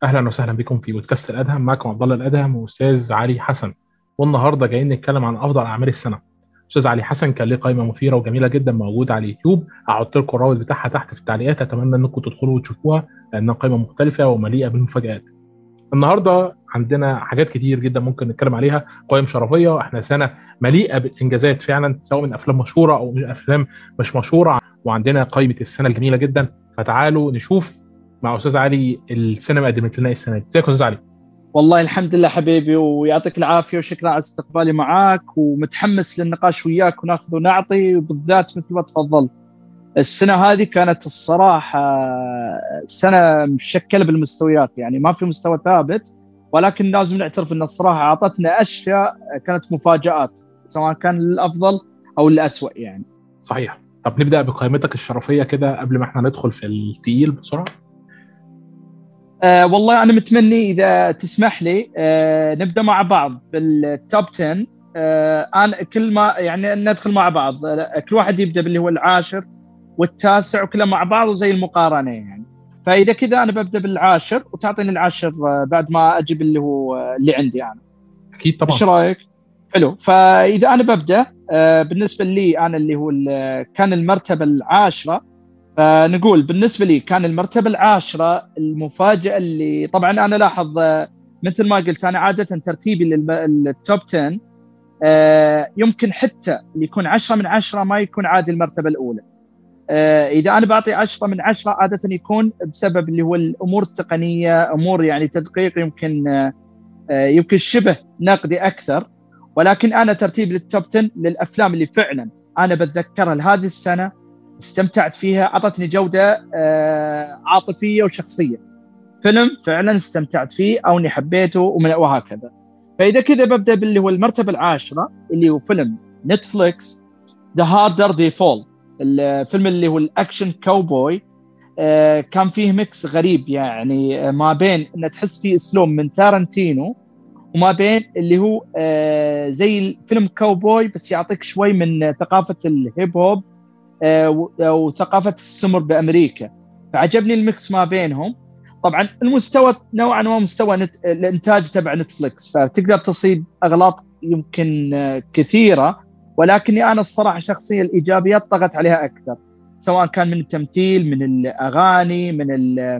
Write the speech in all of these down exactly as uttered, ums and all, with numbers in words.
اهلا وسهلا بكم في بودكاست الادهم. معكم عبد الله الادهم واستاذ علي حسن. والنهارده جايين نتكلم عن افضل اعمال السنه. استاذ علي حسن كان ليه قائمه مثيره وجميله جدا موجوده على اليوتيوب. هحط لكم الرابط بتاعها تحت في التعليقات، اتمنى انكم تدخلوا وتشوفوها لانها قائمه مختلفه ومليئه بالمفاجآت. النهارده عندنا حاجات كتير جدا ممكن نتكلم عليها، قائمه شرفيه. احنا سنه مليئه بالانجازات فعلا، سواء من افلام مشهوره او من افلام مش مشهوره، وعندنا قائمه السنه الجميله جدا. فتعالوا نشوف مع استاذ علي السينما قدمت لنا ايه السنه دي. ازيك يا استاذ علي؟ والله الحمد لله حبيبي، ويعطيك العافية وشكرا على استقبالي معاك، ومتحمس للنقاش وياك وناخذ ونعطي، وبالذات مثل ما تفضلت. السنة هذه كانت الصراحة سنة مشكلة بالمستويات، يعني ما في مستوى ثابت، ولكن لازم نعترف أن الصراحة أعطتنا أشياء كانت مفاجآت، سواء كان للأفضل أو للأسوأ يعني. صحيح. طب نبدا بقائمتك الشرفيه كده قبل ما احنا ندخل في التقيل بسرعه. أه والله أنا متمني إذا تسمح لي أه نبدأ مع بعض بالتوب عشرة. أه أنا كل ما يعني ندخل مع بعض، كل واحد يبدأ باللي هو العاشر والتاسع وكله مع بعض وزي المقارنة يعني. فإذا كذا أنا ببدأ بالعاشر وتعطيني العاشر أه بعد ما أجيب اللي هو أه اللي عندي أنا. اكيد طبعا. إيش رأيك؟ حلو. فإذا أنا ببدأ أه بالنسبة لي أنا اللي هو كان المرتبة العاشرة. فنقول بالنسبة لي كان المرتبة العاشرة المفاجأة اللي طبعا أنا لاحظ، مثل ما قلت أنا عادة ترتيبي للتوب عشرة يمكن حتى اللي يكون عشرة من عشرة ما يكون عادي المرتبة الأولى. إذا أنا بعطي عشرة من عشرة عادة يكون بسبب اللي هو الأمور التقنية، أمور يعني تدقيق يمكن يمكن شبه نقدي أكثر. ولكن أنا ترتيب للتوب عشرة للأفلام اللي فعلا أنا بتذكرها لهذه السنة، استمتعت فيها، عطتني جودة عاطفية وشخصية، فيلم فعلا استمتعت فيه أو اني حبيته وهكذا. فإذا كذا ببدأ باللي هو المرتبة العاشرة اللي هو فيلم نتفليكس The Harder They Fall. الفيلم اللي هو الأكشن كاوبوي، كان فيه ميكس غريب يعني، ما بين أن تحس فيه أسلوب من تارنتينو وما بين اللي هو زي الفيلم كاوبوي بس يعطيك شوي من ثقافة الهيب هوب وثقافة السمر بأمريكا. فعجبني الميكس ما بينهم. طبعا المستوى نوعا ما مستوى نت... الانتاج تبع نتفليكس، فتقدر تصيب اغلاط يمكن كثيره، ولكني انا الصراحه شخصيا الايجابيات طغت عليها اكثر، سواء كان من التمثيل، من الاغاني، من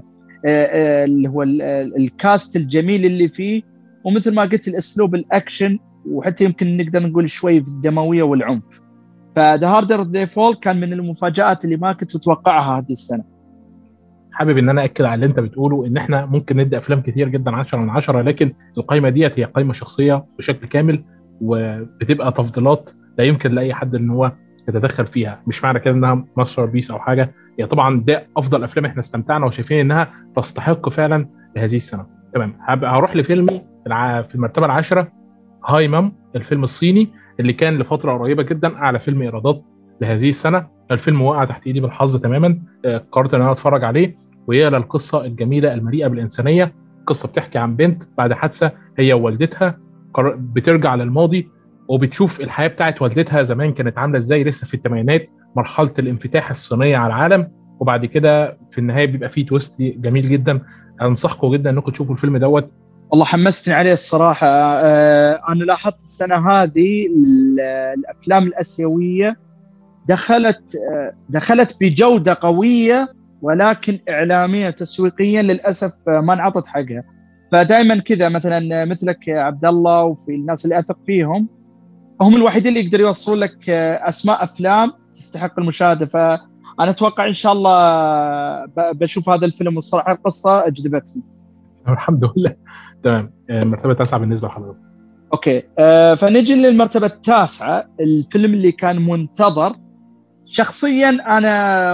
اللي هو الكاست الجميل اللي فيه، ومثل ما قلت الاسلوب الاكشن، وحتى يمكن نقدر نقول شوي في الدمويه والعنف. فذا هاردر ذي فول كان من المفاجآت اللي ما كنت متوقعها هذه السنه. حابب ان انا اكد على اللي انت بتقوله، ان احنا ممكن ندي افلام كتير جدا عشرة من عشرة، لكن القائمه ديت هي قائمه شخصيه بشكل كامل، وبتبقى تفضيلات لا يمكن لاي حد ان هو يتدخل فيها. مش معنى كده انها ماستر بيس او حاجه، هي طبعا ده افضل افلام احنا استمتعنا وشايفين انها تستحق فعلا لهذه السنه. تمام. هروح لفيلمي في المرتبه العاشره، هاي مام، الفيلم الصيني اللي كان لفتره قريبه جدا اعلى فيلم ايرادات لهذه السنه. الفيلم وقع تحت ايدي بالحظ تماما، قررت ان انا اتفرج عليه، وهي للقصه الجميله المليئه بالانسانيه. قصه بتحكي عن بنت بعد حادثه هي ووالدتها بترجع للماضي وبتشوف الحياه بتاعت والدتها زمان كانت عامله ازاي، لسه في الثمانينات، مرحله الانفتاح الصينيه على العالم. وبعد كده في النهايه بيبقى فيه تويست جميل جدا. انصحكم جدا انكم تشوفوا الفيلم دوت. والله حمستني عليه الصراحة. أنا لاحظت السنة هذه الأفلام الآسيوية دخلت دخلت بجودة قوية، ولكن إعلاميا تسويقيا للأسف ما انعطت حقها. فدائما كذا مثلا مثلك يا عبد الله وفي الناس اللي أثق فيهم، هم الوحيدين اللي يقدروا يوصلوا لك أسماء أفلام تستحق المشاهدة. فأنا أتوقع إن شاء الله بشوف هذا الفيلم، والصراحة القصة أجذبتني. الحمد لله. تمام. المرتبة التاسعة بالنسبة لحضرتك. أوكي. آه فنجي للمرتبة التاسعة، الفيلم اللي كان منتظر. شخصيا أنا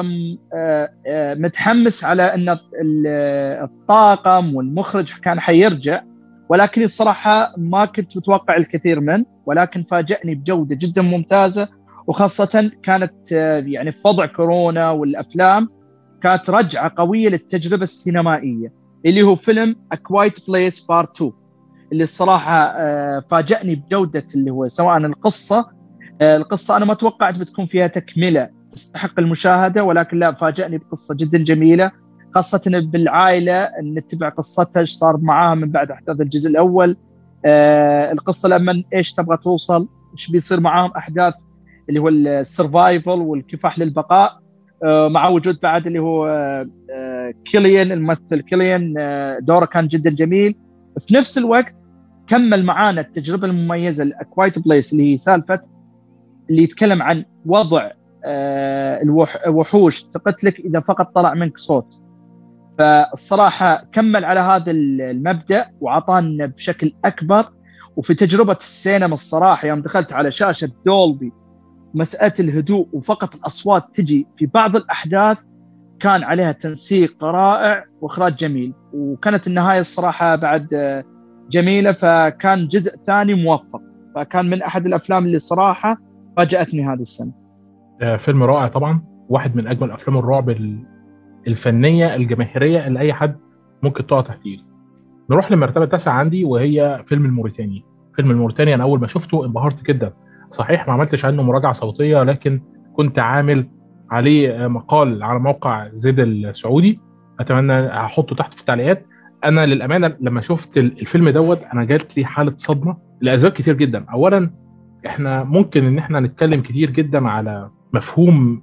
متحمس على أن الطاقم والمخرج كان حيرجع، ولكن الصراحة ما كنت متوقع الكثير منه، ولكن فاجأني بجودة جدا ممتازة، وخاصة كانت يعني في وضع كورونا والأفلام كانت رجعة قوية للتجربة السينمائية، اللي هو فيلم A Quiet Place Part تو، اللي الصراحة فاجأني بجودة اللي هو سواء القصة القصة أنا ما توقعت بتكون فيها تكملة تستحق المشاهدة، ولكن لا، فاجأني بقصة جدا جميلة خاصة بالعائلة نتبع قصتها ايش صار معاها من بعد أحداث الجزء الأول. آه القصة لما ايش تبغى توصل، ايش بيصير معاهم أحداث اللي هو السرفايفل والكفاح للبقاء. آه مع وجود بعد اللي هو آه كيليان، الممثل كيليان آه دوره كان جدا جميل. في نفس الوقت كمل معانا التجربة المميزة الأكوايت بليس اللي هي سالفة اللي يتكلم عن وضع آه الوحوش تقتلك إذا فقط طلع منك صوت. فالصراحة كمل على هذا المبدأ وعطانا بشكل أكبر. وفي تجربة السينما الصراحة يوم دخلت على شاشة دولبي، مسألة الهدوء وفقط الأصوات تجي في بعض الأحداث كان عليها تنسيق رائع وإخراج جميل، وكانت النهاية الصراحة بعد جميلة، فكان جزء ثاني موفق. فكان من أحد الأفلام اللي صراحة فاجأتني هذه السنة. فيلم رائع طبعا، واحد من أجمل أفلام الرعب الفنية الجماهيرية اللي أي حد ممكن تقع تحتيه. نروح للمرتبة التاسعة عندي وهي فيلم الموريتاني. فيلم الموريتاني أنا أول ما شفته انبهرت جدا. صحيح ما عملتش عنه مراجعة صوتية، لكن كنت عامل عليه مقال على موقع زد السعودي، أتمنى أحطه تحت في التعليقات. أنا للأمانة لما شفت الفيلم دوت أنا جات لي حالة صدمة لأسباب كتير جدا. أولا إحنا ممكن إن إحنا نتكلم كتير جدا على مفهوم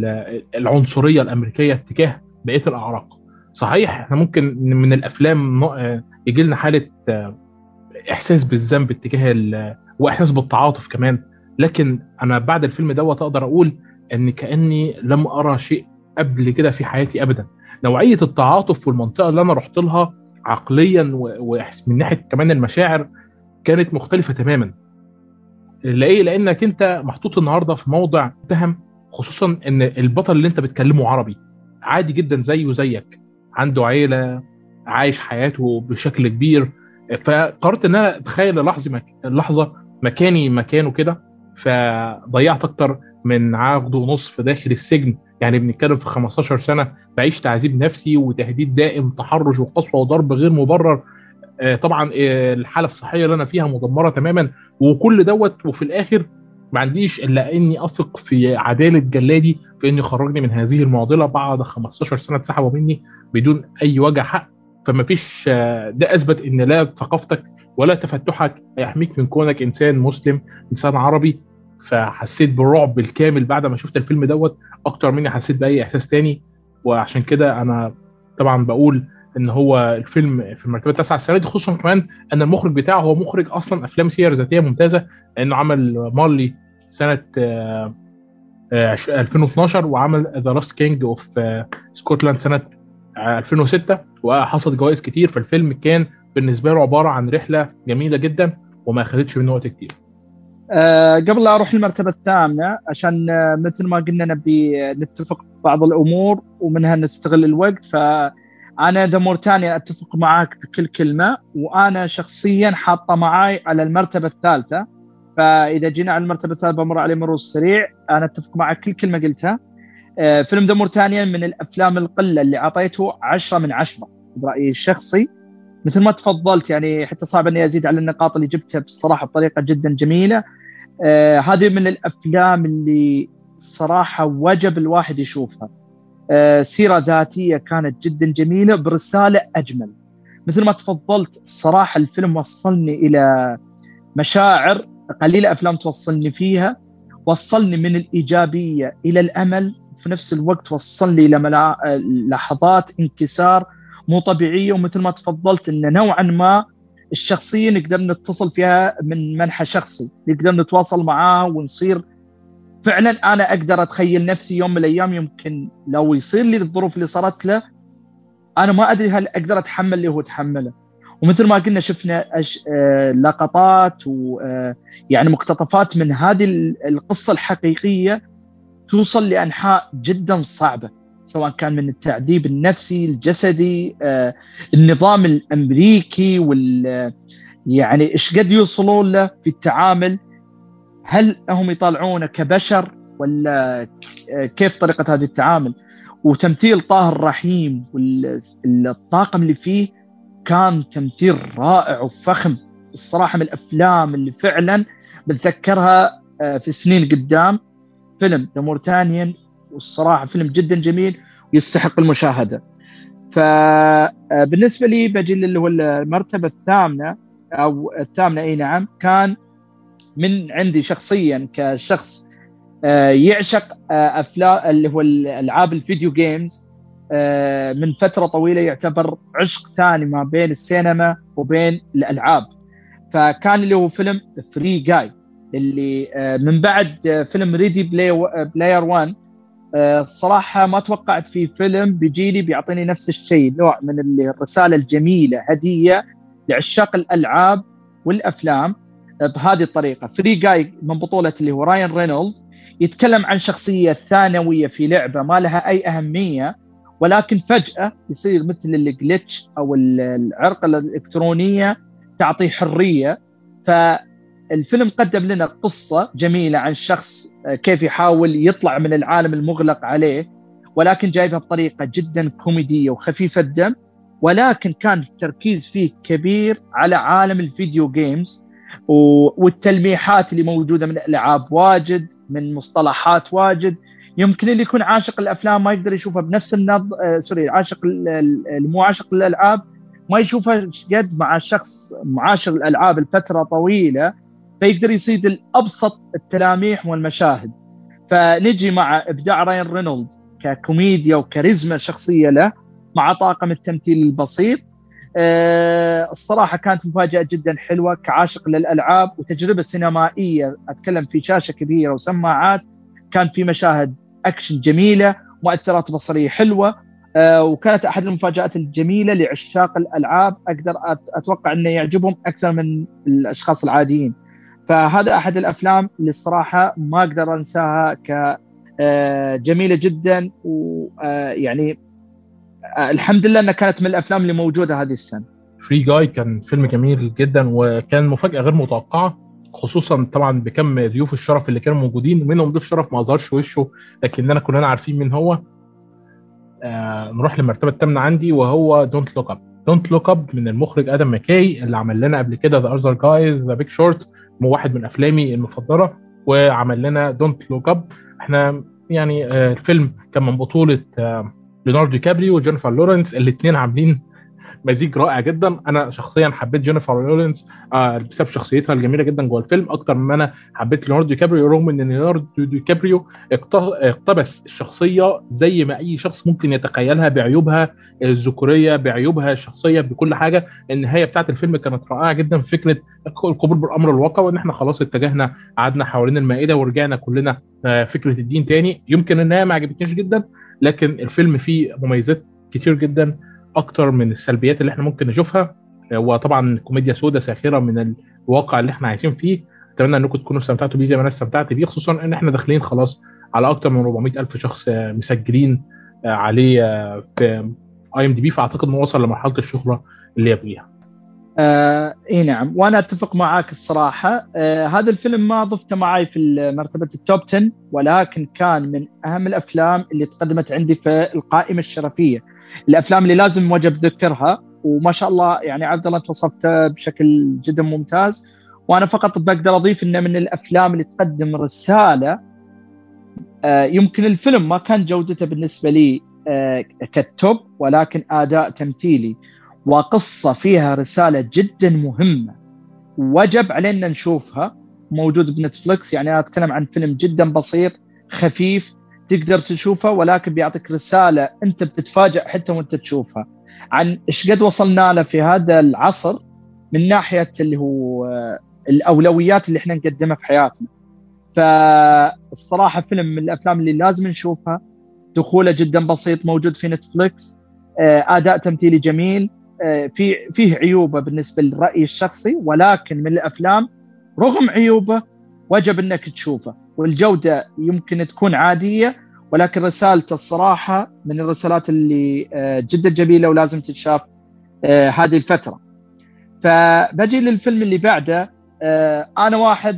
العنصرية الأمريكية تجاه بقية الأعراق. صحيح احنا ممكن من الافلام يجي لنا حاله احساس بالذنب اتجاه واحساس بالتعاطف كمان، لكن انا بعد الفيلم دوت اقدر اقول ان كاني لم ارى شيء قبل كده في حياتي ابدا. نوعيه التعاطف والمنطقه اللي انا رحت لها عقليا ومن ناحيه كمان المشاعر كانت مختلفه تماما. ليه؟ لانك انت محطوط النهارده في موضع متهم، خصوصا ان البطل اللي انت بتكلمه عربي عادي جدا زيه زيك، عنده عيلة، عايش حياته بشكل كبير. فقررت ان انا اتخيل لحظه مك... اللحظه مكاني مكانه كده، فضيعت اكتر من عقد ونص في داخل السجن. يعني بنتكلم في خمستاشر سنه بعيش تعذيب نفسي وتهديد دائم، تحرش وقسوه وضرب غير مبرر. طبعا الحاله الصحيه اللي انا فيها مدمره تماما، وكل دوت وفي الاخر ما عنديش الا اني اثق في عداله جلادي في انه يخرجني من هذه المعضله بعد خمستاشر سنه اتسحبوا مني بدون اي وجه حق. فما فيش، ده اثبت ان لا ثقافتك ولا تفتحك هيحميك من كونك انسان مسلم، انسان عربي. فحسيت بالرعب الكامل بعد ما شفت الفيلم دوت اكتر مني حسيت باي احساس تاني. وعشان كده انا طبعا بقول ان هو الفيلم في المرتبه التاسعه السنه دي، خصوصا كمان ان المخرج بتاعه هو مخرج اصلا افلام سير ذاتيه ممتازه، لانه عمل مارلي سنه ألفين واثناشر وعمل ذا لاست كينج اوف سكوتلاند سنه ألفين وستة، وحصد جوائز كتير. فالفيلم كان بالنسبه له عباره عن رحله جميله جدا وما اخذتش منه وقت كتير. أه قبل لا اروح للمرتبه الثامنه، عشان مثل ما قلنا نبي نتفق بعض الامور ومنها نستغل الوقت، فانا ذا موريتانيا اتفق معاك بكل كلمه، وانا شخصيا حاطه معاي على المرتبه الثالثه. فاذا جينا على المرتبه الثالثه بمر عليه مرور سريع. انا اتفق معك كل كلمه قلتها. أه فيلم ذا موريتانيا من الافلام القله اللي اعطيته عشرة من عشرة برايي الشخصي، مثل ما تفضلت. يعني حتى صعب اني ازيد على النقاط اللي جبتها بصراحه بطريقه جدا جميله. آه هذه من الافلام اللي الصراحه وجب الواحد يشوفها. آه سيره ذاتيه كانت جدا جميله برساله اجمل. مثل ما تفضلت الصراحه الفيلم وصلني الى مشاعر قليله افلام توصلني فيها. وصلني من الايجابيه الى الامل، في نفس الوقت وصلني الى لحظات انكسار مو طبيعيه. ومثل ما تفضلت ان نوعا ما الشخصيه نقدر نتصل فيها من منحى شخصي، نقدر نتواصل معاه ونصير فعلا. انا اقدر اتخيل نفسي يوم من الايام يمكن لو يصير لي الظروف اللي صارت له، انا ما ادري هل اقدر اتحمل اللي هو تحمله. ومثل ما قلنا شفنا أش... آه... لقطات ويعني آه... مقتطفات من هذه القصه الحقيقيه توصل لانحاء جدا صعبه، سواء كان من التعذيب النفسي الجسدي، آه... النظام الامريكي وال يعني ايش قد يوصلون له في التعامل. هل هم يطالعونه كبشر ولا كيف طريقه هذا التعامل؟ وتمثيل طاهر رحيم والطاقم اللي فيه كان تمثيل رائع وفخم الصراحه، من الافلام اللي فعلا بنذكرها في سنين قدام. فيلم ذا موريتانيان والصراحه فيلم جدا جميل ويستحق المشاهده. فبالنسبه لي بجي اللي هو المرتبه الثامنه او الثامنه اي نعم، كان من عندي شخصيا كشخص يعشق افلام اللي هو الالعاب الفيديو جيمز من فتره طويله، يعتبر عشق ثاني ما بين السينما وبين الالعاب. فكان اللي هو فيلم فري جاي اللي من بعد فيلم ريدي بلاير وان. الصراحه ما توقعت في فيلم بيجيلي بيعطيني نفس الشيء، نوع من الرساله الجميله، هديه لعشاق الالعاب والافلام بهذه الطريقه. فري جاي من بطوله اللي هو راين رينولد، يتكلم عن شخصيه ثانويه في لعبه ما لها اي اهميه، ولكن فجاه يصير مثل الجلitch او العرقله الالكترونيه تعطيه حريه. فالفيلم قدم لنا قصه جميله عن شخص كيف يحاول يطلع من العالم المغلق عليه، ولكن جايبها بطريقه جدا كوميديه وخفيفه الدم، ولكن كان التركيز فيه كبير على عالم الفيديو جيمز والتلميحات اللي موجوده من الالعاب واجد، من مصطلحات واجد. يمكن اللي يكون عاشق الافلام ما يقدر يشوفها بنفس النظ آه سوري عاشق المو عاشق للالعاب ما يشوفها قد مع شخص معاشر الالعاب الفتره طويله، فيقدر يصيد الابسط التلاميح والمشاهد. فنجي مع ابداع راين رينولد ككوميديا وكاريزما شخصيه له مع طاقم التمثيل البسيط. أه الصراحه كانت مفاجاه جدا حلوه كعاشق للالعاب وتجربه سينمائيه، اتكلم في شاشه كبيره وسماعات، كان في مشاهد اكشن جميله، مؤثرات بصريه حلوه. أه وكانت احد المفاجات الجميله لعشاق الالعاب، اقدر اتوقع انه يعجبهم اكثر من الاشخاص العاديين. فهذا احد الافلام اللي الصراحه ما اقدر انساها كجميله جدا، ويعني الحمد لله انها كانت من الافلام اللي موجوده هذه السنه. فري جاي كان فيلم جميل جدا، وكان مفاجاه غير متوقعه، خصوصا طبعا بكم ضيوف الشرف اللي كانوا موجودين، ومنهم ضيف شرف ما ظهرش وشه لكننا كلنا عارفين مين هو. آه نروح للمرتبه الثامنه عندي، وهو دونت لوك اب. دونت لوك اب من المخرج ادم ماكاي اللي عمل لنا قبل كده ذا اذر جايز، ذا بيج شورت، واحد من افلامي المفضله، وعمل لنا دونت لوك اب. احنا يعني آه الفيلم كان من بطوله آه ليوناردو دي كابريو وجينيفر لورنس، الاثنين عاملين مزيج رائع جدا. انا شخصيا حبيت جينيفر لورنس آه بسبب شخصيتها الجميله جدا جوه الفيلم اكتر من انا حبيت ليوناردو دي كابريو، رغم ان ليوناردو دي كابريو اقتبس الشخصيه زي ما اي شخص ممكن يتخيلها، بعيوبها الذكوريه، بعيوبها الشخصيه، بكل حاجه. النهايه بتاعت الفيلم كانت رائعه جدا في فكره القبول بالامر الواقع، وان احنا خلاص اتجهنا قعدنا حوالين المائده ورجعنا كلنا آه فكره الدين تاني. يمكن النهايه ما عجبتنيش جدا، لكن الفيلم فيه مميزات كتير جدا اكتر من السلبيات اللي احنا ممكن نشوفها. وطبعا كوميديا سودة ساخره من الواقع اللي احنا عايشين فيه. اتمنى انكم تكونوا استمتعتوا بيه زي ما انا استمتعت بيه، خصوصا ان احنا داخلين خلاص على اكتر من أربعمائة ألف شخص مسجلين عليه في اي ام دي بي، فاعتقد انه وصل لمرحله الشهره اللي يبغيها. آه اي نعم، وانا اتفق معاك الصراحه. آه هذا الفيلم ما ضفته معي في مرتبه التوب عشرة، ولكن كان من اهم الافلام اللي تقدمت عندي في القائمه الشرفيه، الافلام اللي لازم وجب ذكرها. وما شاء الله يعني عبد الله انت وصفته بشكل جدا ممتاز، وانا فقط بقدر اضيف انه من الافلام اللي تقدم رساله. آه يمكن الفيلم ما كان جودته بالنسبه لي آه كالتوب، ولكن اداء تمثيلي وقصه فيها رساله جدا مهمه وجب علينا نشوفها، موجود بنتفليكس. يعني انا اتكلم عن فيلم جدا بسيط خفيف تقدر تشوفه، ولكن بيعطيك رسالة أنت بتتفاجأ حتى وأنت تشوفها عن إيش قد وصلنا له في هذا العصر من ناحية اللي هو الأولويات اللي إحنا نقدمها في حياتنا. فالصراحة فيلم من الأفلام اللي لازم نشوفها، دخوله جدا بسيط، موجود في نتفليكس، أداء تمثيلي جميل، في فيه عيوبه بالنسبة للرأي الشخصي، ولكن من الأفلام رغم عيوبه وجب أنك تشوفه. والجودة يمكن تكون عادية، ولكن رسالته الصراحة من الرسالات اللي جدا جميلة ولازم تتشاف هذه الفترة. فبجي للفيلم اللي بعده. أنا واحد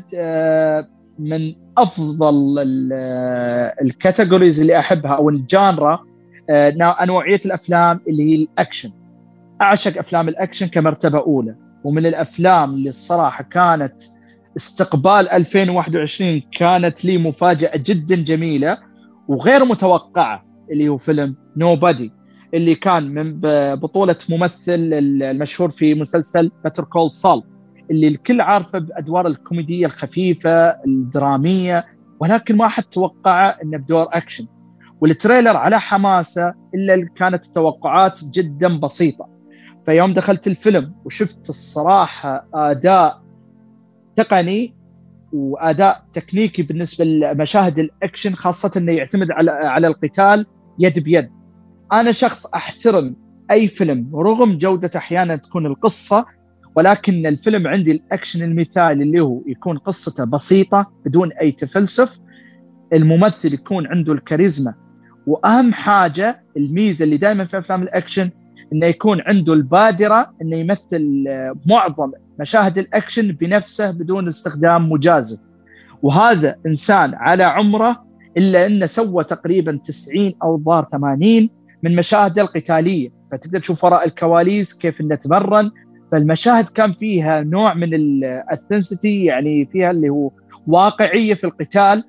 من أفضل الكاتيجوريز اللي أحبها أو الجانرا، نوعية الأفلام اللي هي الأكشن. أعشق أفلام الأكشن كمرتبة أولى، ومن الأفلام اللي الصراحة كانت استقبال ألفين وواحد وعشرين كانت لي مفاجأة جدا جميلة وغير متوقعة، اللي هو فيلم نوبادي. اللي كان من بطولة ممثل المشهور في مسلسل باتر كول سول، اللي الكل عارفه بأدوار الكوميدية الخفيفة الدرامية، ولكن ما حد توقع انه بدور اكشن. والتريلر على حماسة، الا كانت التوقعات جدا بسيطة. فيوم دخلت الفيلم وشفت الصراحة اداء تقني واداء تكنيكي بالنسبة لمشاهد الاكشن، خاصة انه يعتمد على على القتال يد بيد. انا شخص احترم اي فيلم رغم جودة احيانا تكون القصة، ولكن الفيلم عندي الاكشن المثالي اللي هو يكون قصته بسيطة بدون اي تفلسف، الممثل يكون عنده الكاريزما، واهم حاجة الميزة اللي دائما في افلام الاكشن انه يكون عنده البادرة انه يمثل معظم مشاهد الاكشن بنفسه بدون استخدام مجازف. وهذا انسان على عمره، الا انه سوى تقريبا تسعين او ضار ثمانين من مشاهد القتالية، فتقدر تشوف وراء الكواليس كيف انه تمرن. فالمشاهد كان فيها نوع من الثنسيتي، يعني فيها اللي هو واقعية في القتال،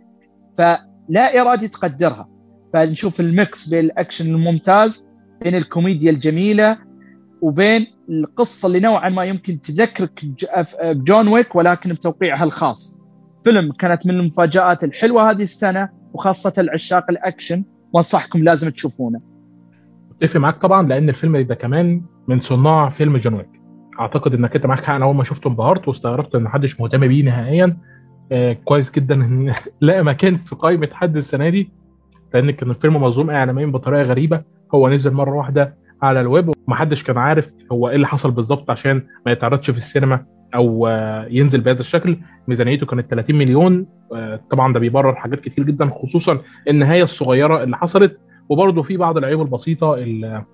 فلا إرادي تقدرها. فنشوف الميكس بين الأكشن الممتاز، بين الكوميديا الجميلة، وبين القصة اللي نوعا ما يمكن تذكرك بجون ويك ولكن بتوقيعها الخاص. فيلم كانت من المفاجآت الحلوة هذه السنة، وخاصة العشاق الأكشن وانصحكم لازم تشوفونه. اتفق معاك طبعا، لأن الفيلم ده كمان من صناع فيلم جون ويك. اعتقد انك انت معاك حق، انا اول ما شفته انبهرت واستغربت ان محدش مهتم بيه نهائيا. آه كويس جدا ان لقى مكان في قائمه حد السنه دي، لان كان الفيلم مظلوم اعلاميا بطريقه غريبه. هو نزل مره واحده على الويب ومحدش كان عارف هو ايه اللي حصل بالظبط عشان ما يتعرضش في السينما او آه ينزل بهذا الشكل. ميزانيته كانت ثلاثين مليون. آه طبعا ده بيبرر حاجات كتير جدا، خصوصا النهايه الصغيره اللي حصلت، وبرضه في بعض العيوب البسيطه اللي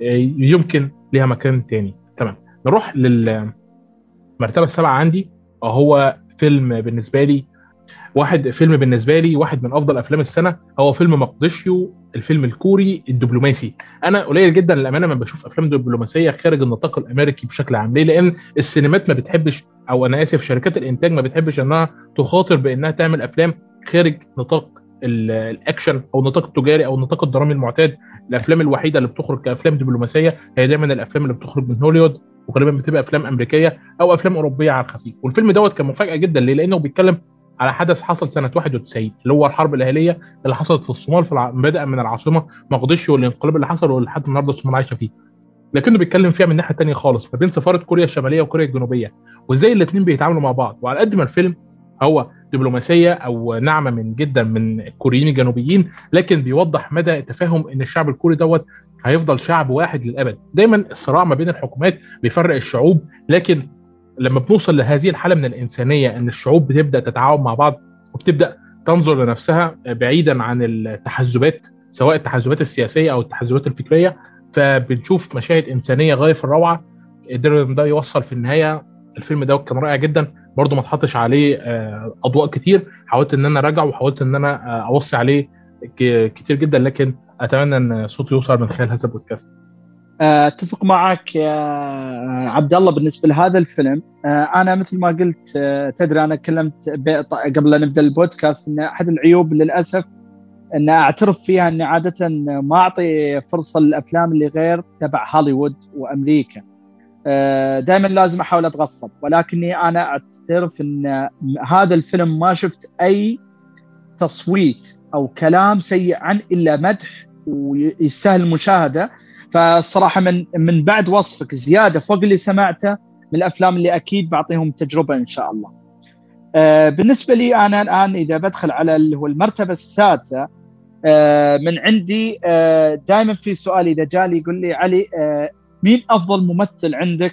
يمكن ليها مكان تاني. تمام، نروح للمرتبة السابعة عندي. هو فيلم بالنسبة لي واحد فيلم بالنسبة لي واحد من أفضل أفلام السنة، هو فيلم مقدشيو، الفيلم الكوري الدبلوماسي. أنا قليل جدا للأمانة ما بشوف أفلام دبلوماسية خارج النطاق الأمريكي بشكل عام. ليه؟ لأن السينمات ما بتحبش، أو أنا آسف شركات الإنتاج ما بتحبش أنها تخاطر بأنها تعمل أفلام خارج نطاق الأكشن أو النطاق التجاري أو النطاق الدرامي المعتاد. الأفلام الوحيدة اللي بتخرج كأفلام دبلوماسية هي دايما الأفلام اللي بتخرج من هوليوود، وغالبا بتبقى افلام امريكيه او افلام اوروبيه على الخفيف. والفيلم دوت كان مفاجاه جدا. ليه؟ لانه بيتكلم على حدث حصل سنه واحد وتسعين، اللي هو الحرب الاهليه اللي حصلت في الصومال، في الع... بدءا من العاصمه مقدشيو والانقلاب اللي حصل ولحد النهارده الصومال عايشه فيه. لكنه بيتكلم فيها من ناحيه ثانيه خالص، ما بين سفاره كوريا الشماليه وكوريا الجنوبيه، وازاي الاثنين بيتعاملوا مع بعض. وعلى قد ما الفيلم هو دبلوماسيه او ناعمه من جدا من الكوريين الجنوبيين، لكن بيوضح مدى تفاهم ان الشعب الكوري دوت هيفضل شعب واحد للابد. دايما الصراع ما بين الحكومات بيفرق الشعوب، لكن لما بنوصل لهذه الحاله من الانسانيه ان الشعوب بتبدا تتعاون مع بعض وبتبدا تنظر لنفسها بعيدا عن التحزبات، سواء التحزبات السياسيه او التحزبات الفكريه، فبنشوف مشاهد انسانيه غايه في الروعه. قدر ده يوصل في النهايه. الفيلم ده كان رائع جدا، برضو ما تحطش عليه اضواء كتير، حاولت ان انا اراجعه وحاولت ان انا اوصي عليه كتير جدا، لكن اتمنى ان صوتي يوصل من خلال هذا البودكاست. اتفق معك يا عبد الله بالنسبه لهذا الفيلم. انا مثل ما قلت، تدري انا تكلمت قبل لا نبدا البودكاست ان احد العيوب للاسف ان اعترف فيها اني عاده ما اعطي فرصه للافلام اللي غير تبع هوليوود وامريكا. دائما لازم احاول اتغصب، ولكني انا اعترف ان هذا الفيلم ما شفت اي تصويت او كلام سيء عنه الا مدح ويستاهل المشاهده. فالصراحه من من بعد وصفك زياده فوق اللي سمعته من الافلام اللي اكيد بعطيهم تجربه ان شاء الله. بالنسبه لي انا الان اذا بدخل على اللي هو المرتبه السادسه من عندي، دائما في سؤال اذا جالي يقول لي علي مين أفضل ممثل عندك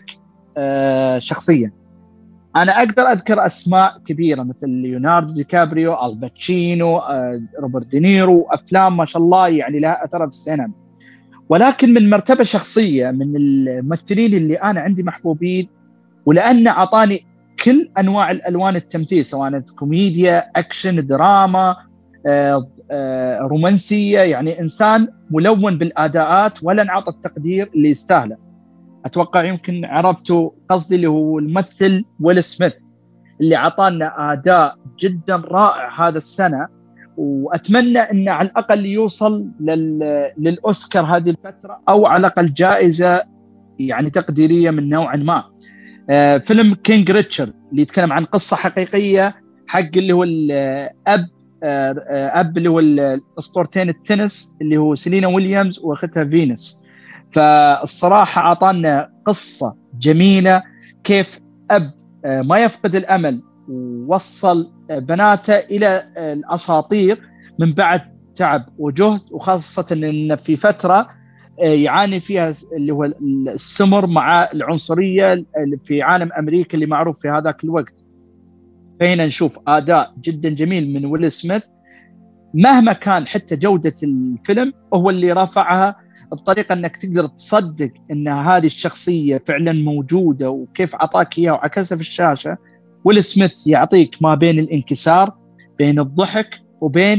آه شخصيا؟ أنا أقدر أذكر أسماء كبيرة مثل ليوناردو دي كابريو، الباتشينو، آه روبرت دينيرو، أفلام ما شاء الله يعني لها أثر في السينما. ولكن من مرتبة شخصية من الممثلين اللي أنا عندي محبوبين، ولأنه أعطاني كل أنواع الألوان التمثيل، سواء كوميديا، أكشن، دراما، آه آه رومانسية، يعني إنسان ملون بالأداءات ولا انعطى التقدير اللي يستاهله. أتوقع يمكن عرفتوا قصدي، اللي هو الممثل ويل سميث، اللي عطانا أداء جدا رائع هذا السنة. وأتمنى أنه على الأقل يوصل لل... للأوسكار هذه الفترة، أو على الأقل جائزة يعني تقديرية من نوع ما. آه فيلم كينج ريتشارد اللي يتكلم عن قصة حقيقية حق اللي هو الأب آه أب اللي هو الأسطورتين التنس اللي هو سيلينا ويليامز وأختها فينوس. فالصراحة أعطانا قصة جميلة كيف أب آه ما يفقد الأمل ووصل بناته إلى الأساطير من بعد تعب وجهد، وخاصة أن في فترة يعاني فيها اللي هو السمر مع العنصرية في عالم أمريكا اللي معروف في هذاك الوقت. فهنا نشوف أداء جدا جميل من ويل سميث، مهما كان حتى جودة الفيلم هو اللي رفعها بطريقة أنك تقدر تصدق أن هذه الشخصية فعلا موجودة، وكيف عطاك إياها وعكسها في الشاشة. ويل سميث يعطيك ما بين الانكسار، بين الضحك، وبين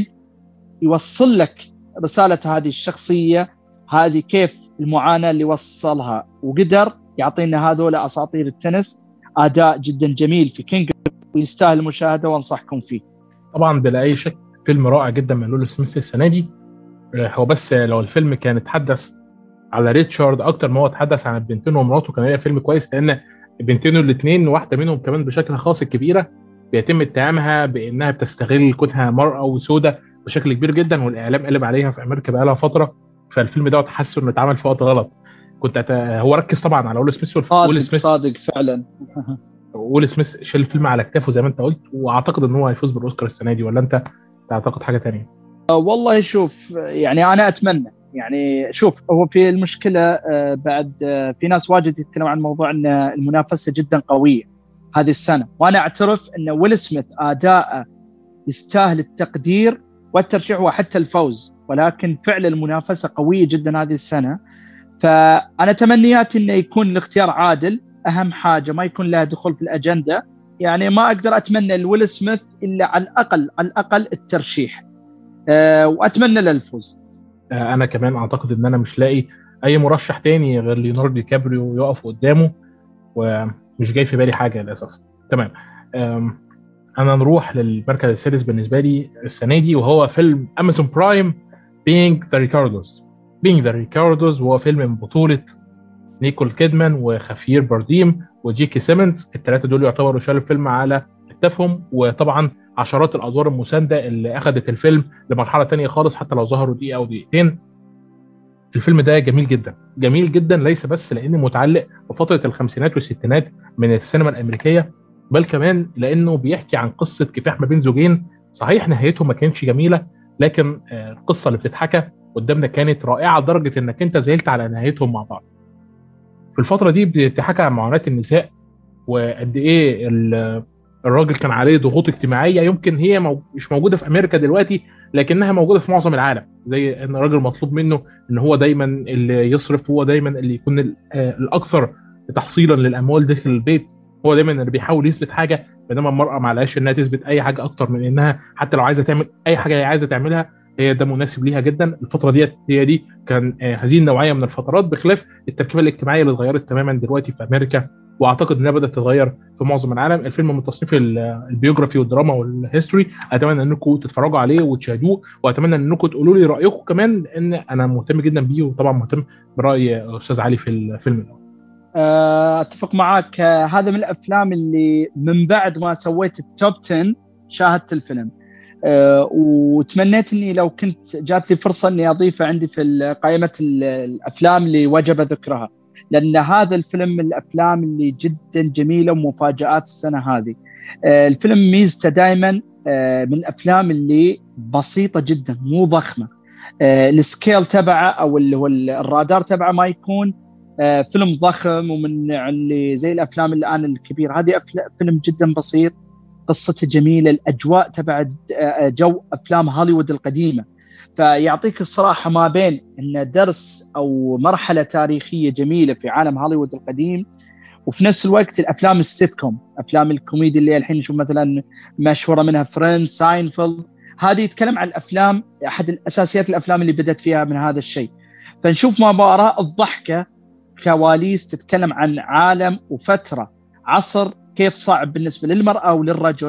يوصل لك رسالة هذه الشخصية هذه، كيف المعاناة اللي وصلها، وقدر يعطينا هذول أساطير التنس. أداء جدا جميل في كينج ويستاهل المشاهدة وانصحكم فيه. طبعا بلا أي شك فيلم رائع جدا من ويل سميث السنة دي. هو بس لو الفيلم كان يتحدث على ريتشارد أكتر ما هو يتحدث عن البنتين ومراته كان هيبقى فيلم كويس، لأن بنتين الاثنين واحدة منهم كمان بشكل خاص الكبيرة بيتم اتهامها بأنها بتستغل كونها مرأة وسودة بشكل كبير جدا، والإعلام قلب عليها في أمريكا بقالها فترة. فالفيلم ده تحسه إنه اتعمل في وقت غلط. كنت أت... هو ركز طبعا على ويل سميث. ويل سميث صادق فعلا. ويل سميث شال الفيلم على كتافه زي ما أنت قلت، وأعتقد إن هو هيفوز بالأوسكار السنة دي، ولا أنت تعتقد حاجة تانية؟ والله شوف، يعني أنا أتمنى، يعني شوف هو في المشكلة بعد في ناس واجد يتكلم عن موضوع أن المنافسة جدا قوية هذه السنة، وأنا أعترف أن ويل سميث أداءه يستاهل التقدير والترشيح وحتى الفوز، ولكن فعلا المنافسة قوية جدا هذه السنة. فأنا تمنياتي أنه يكون الاختيار عادل، أهم حاجة ما يكون لها دخول في الأجندة. يعني ما أقدر أتمنى لويل سميث إلا على الأقل على الأقل الترشيح، أه وأتمنى له الفوز. أنا كمان أعتقد أن أنا مش لاقي أي مرشح تاني غير ليوناردو دي كابريو يقف قدامه، ومش جاي في بالي حاجة للأسف. تمام، أنا نروح للمركز السادس بالنسبة لي السنة دي، وهو فيلم أمازون برايم Being the Ricardos. Being the Ricardos هو فيلم من بطولة نيكول كيدمان وخافير بارديم وجيكي سيمنز. الثلاثة دول يعتبروا شالوا الفيلم على كتافهم، وطبعا عشرات الأدوار المساندة اللي أخذت الفيلم لمرحلة تانية خالص حتى لو ظهروا دقيقة أو دقيقتين. الفيلم ده جميل جدا جميل جدا، ليس بس لأنه متعلق بفترة الخمسينات والستينات من السينما الأمريكية، بل كمان لأنه بيحكي عن قصة كفاح ما بين زوجين. صحيح نهايتهم ما كانتش جميلة، لكن القصة اللي بتتحكى قدامنا كانت رائعة لدرجة إنك أنت زعلت على نهايتهم مع بعض. في الفترة دي بتحكى عن معاناة النساء، وقد إيه الراجل كان عليه ضغوط اجتماعية يمكن هي مو... مش موجودة في أمريكا دلوقتي، لكنها موجودة في معظم العالم. زي أن الراجل مطلوب منه أن هو دايما اللي يصرف، هو دايما اللي يكون الأكثر تحصيلا للأموال داخل البيت، هو دايما اللي بيحاول يثبت حاجة، بينما المرأة ما عليهاش أنها تثبت أي حاجة أكتر من أنها حتى لو عايزة تعمل أي حاجة هي عايزة تعملها هي ده مناسب ليها جدا. الفترة دي هي دي كان هذه النوعية من الفترات، بخلاف التركيبة الاجتماعية اللي اتغيرت تماما دلوقتي في أمريكا، واعتقد انها بدات تتغير في معظم العالم. الفيلم من تصنيف البيوغرافي والدراما والهيستوري، اتمنى انكم تتفرجوا عليه وتشاهدوه، واتمنى انكم تقولوا لي رايكم كمان، لان انا مهتم جدا بيه، وطبعا مهتم براي استاذ علي في الفيلم ده. اتفق معاك، هذا من الافلام اللي من بعد ما سويت التوب عشرة شاهدت الفيلم، وتمنيت اني لو كنت جات لي فرصه اني اضيفه عندي في قائمه الافلام اللي وجب ذكرها، لأن هذا الفيلم من الأفلام اللي جدا جميلة ومفاجآت السنة هذه. الفيلم ميزته دائما من الأفلام اللي بسيطة جدا مو ضخمة، السكيل تبعه أو اللي هو الرادار تبعه ما يكون فيلم ضخم ومن اللي زي الأفلام الآن الكبيرة. هذه فيلم جدا بسيط، قصته جميلة، الأجواء تبع جو أفلام هوليوود القديمة، فيعطيك الصراحة ما بين إنه درس أو مرحلة تاريخية جميلة في عالم هوليوود القديم، وفي نفس الوقت الأفلام السيتكوم، أفلام الكوميدي اللي الحين نشوف مثلا مشهورة منها فريندز، ساينفيلد، هذه يتكلم عن الأفلام، أحد الأساسيات الأفلام اللي بدأت فيها من هذا الشيء. فنشوف ما وراء الضحكة كواليس تتكلم عن عالم وفترة عصر كيف صعب بالنسبة للمرأة وللرجل،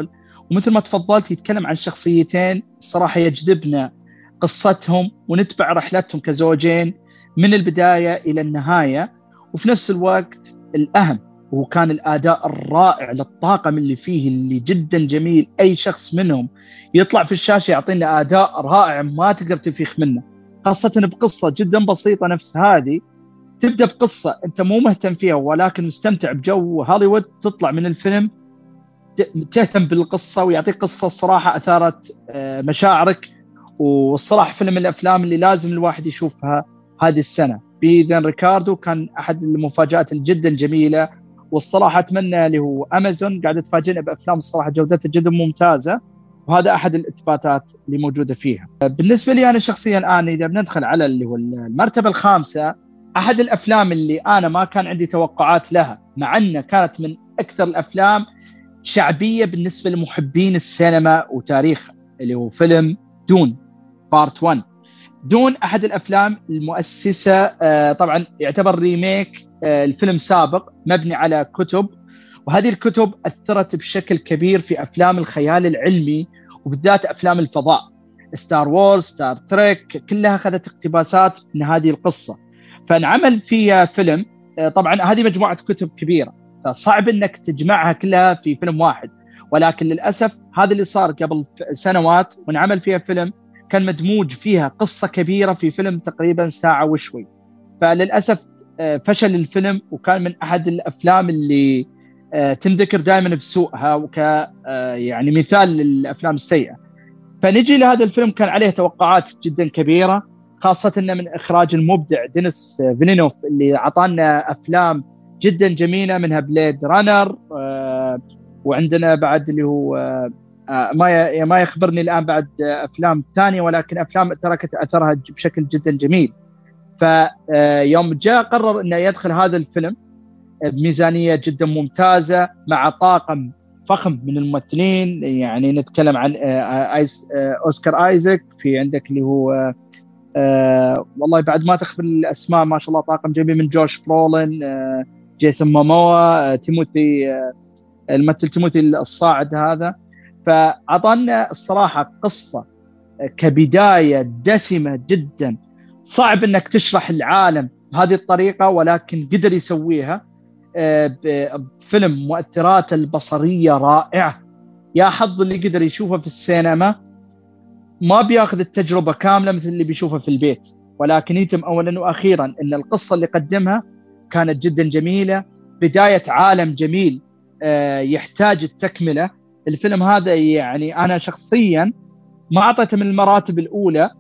ومثل ما تفضلت يتكلم عن شخصيتين الصراحة يجذبنا قصتهم ونتبع رحلتهم كزوجين من البداية إلى النهاية. وفي نفس الوقت الأهم هو كان الأداء الرائع للطاقم اللي فيه اللي جدا جميل. أي شخص منهم يطلع في الشاشة يعطينا أداء رائع ما تقدر تفيخ منه، خاصة بقصة جدا بسيطة نفس هذه. تبدأ بقصة أنت مو مهتم فيها ولكن مستمتع بجو هوليوود، تطلع من الفيلم تهتم بالقصة ويعطيك قصة الصراحة أثارت مشاعرك. والصراحة فيلم من الأفلام اللي لازم الواحد يشوفها هذه السنة. بيذن ريكاردو كان أحد المفاجآت الجدا جميلة، والصراحة أتمنى اللي هو أمازون قاعدة تفاجئنا بأفلام الصراحة جودتها جدا ممتازة، وهذا أحد الإثباتات اللي موجودة فيها. بالنسبة لي أنا شخصيا الآن إذا بندخل على اللي هو المرتبة الخامسة، أحد الأفلام اللي أنا ما كان عندي توقعات لها مع أنها كانت من أكثر الأفلام شعبية بالنسبة لمحبين السينما وتاريخها، اللي هو فيلم دون بارت واحد. دون أحد الأفلام المؤسسة، طبعا يعتبر ريميك الفيلم سابق مبني على كتب، وهذه الكتب أثرت بشكل كبير في أفلام الخيال العلمي وبالذات أفلام الفضاء، ستار وورز، ستار تريك، كلها أخذت اقتباسات من هذه القصة فانعمل فيها فيلم. طبعا هذه مجموعة كتب كبيرة فصعب أنك تجمعها كلها في فيلم واحد، ولكن للأسف هذا اللي صار قبل سنوات ونعمل فيها فيلم، كان مدموج فيها قصة كبيرة في فيلم تقريبا ساعة وشوي. فللأسف فشل الفيلم، وكان من أحد الأفلام اللي تنذكر دائما بسوءها وك يعني مثال للأفلام السيئة. فنجي لهذا الفيلم كان عليه توقعات جدا كبيرة، خاصة إنه من إخراج المبدع دينيس فيلينوف اللي عطانا أفلام جدا جميلة منها بليد رانر، وعندنا بعد اللي هو ما ما يخبرني الآن بعد أفلام ثانية، ولكن أفلام تركت أثرها بشكل جدا جميل. فيوم جاء قرر إنه يدخل هذا الفيلم بميزانية جدا ممتازة مع طاقم فخم من الممثلين، يعني نتكلم عن آيس أوسكار آيزاك، في عندك اللي هو والله بعد ما تخبر الأسماء ما شاء الله طاقم جميل من جورج برولين، جيسون موموا، تيموثي الممثل تيموثي الصاعد هذا. فعطانا الصراحة قصة كبداية دسمة جدا، صعب انك تشرح العالم بهذه الطريقة ولكن قدر يسويها بفيلم. مؤثرات البصرية رائعة، يا حظ اللي قدر يشوفها في السينما ما بياخذ التجربة كاملة مثل اللي بيشوفها في البيت، ولكن يتم أولا وأخيرا أن القصة اللي قدمها كانت جدا جميلة، بداية عالم جميل يحتاج التكملة. الفيلم هذا يعني أنا شخصيا ما أعطيته من المراتب الأولى،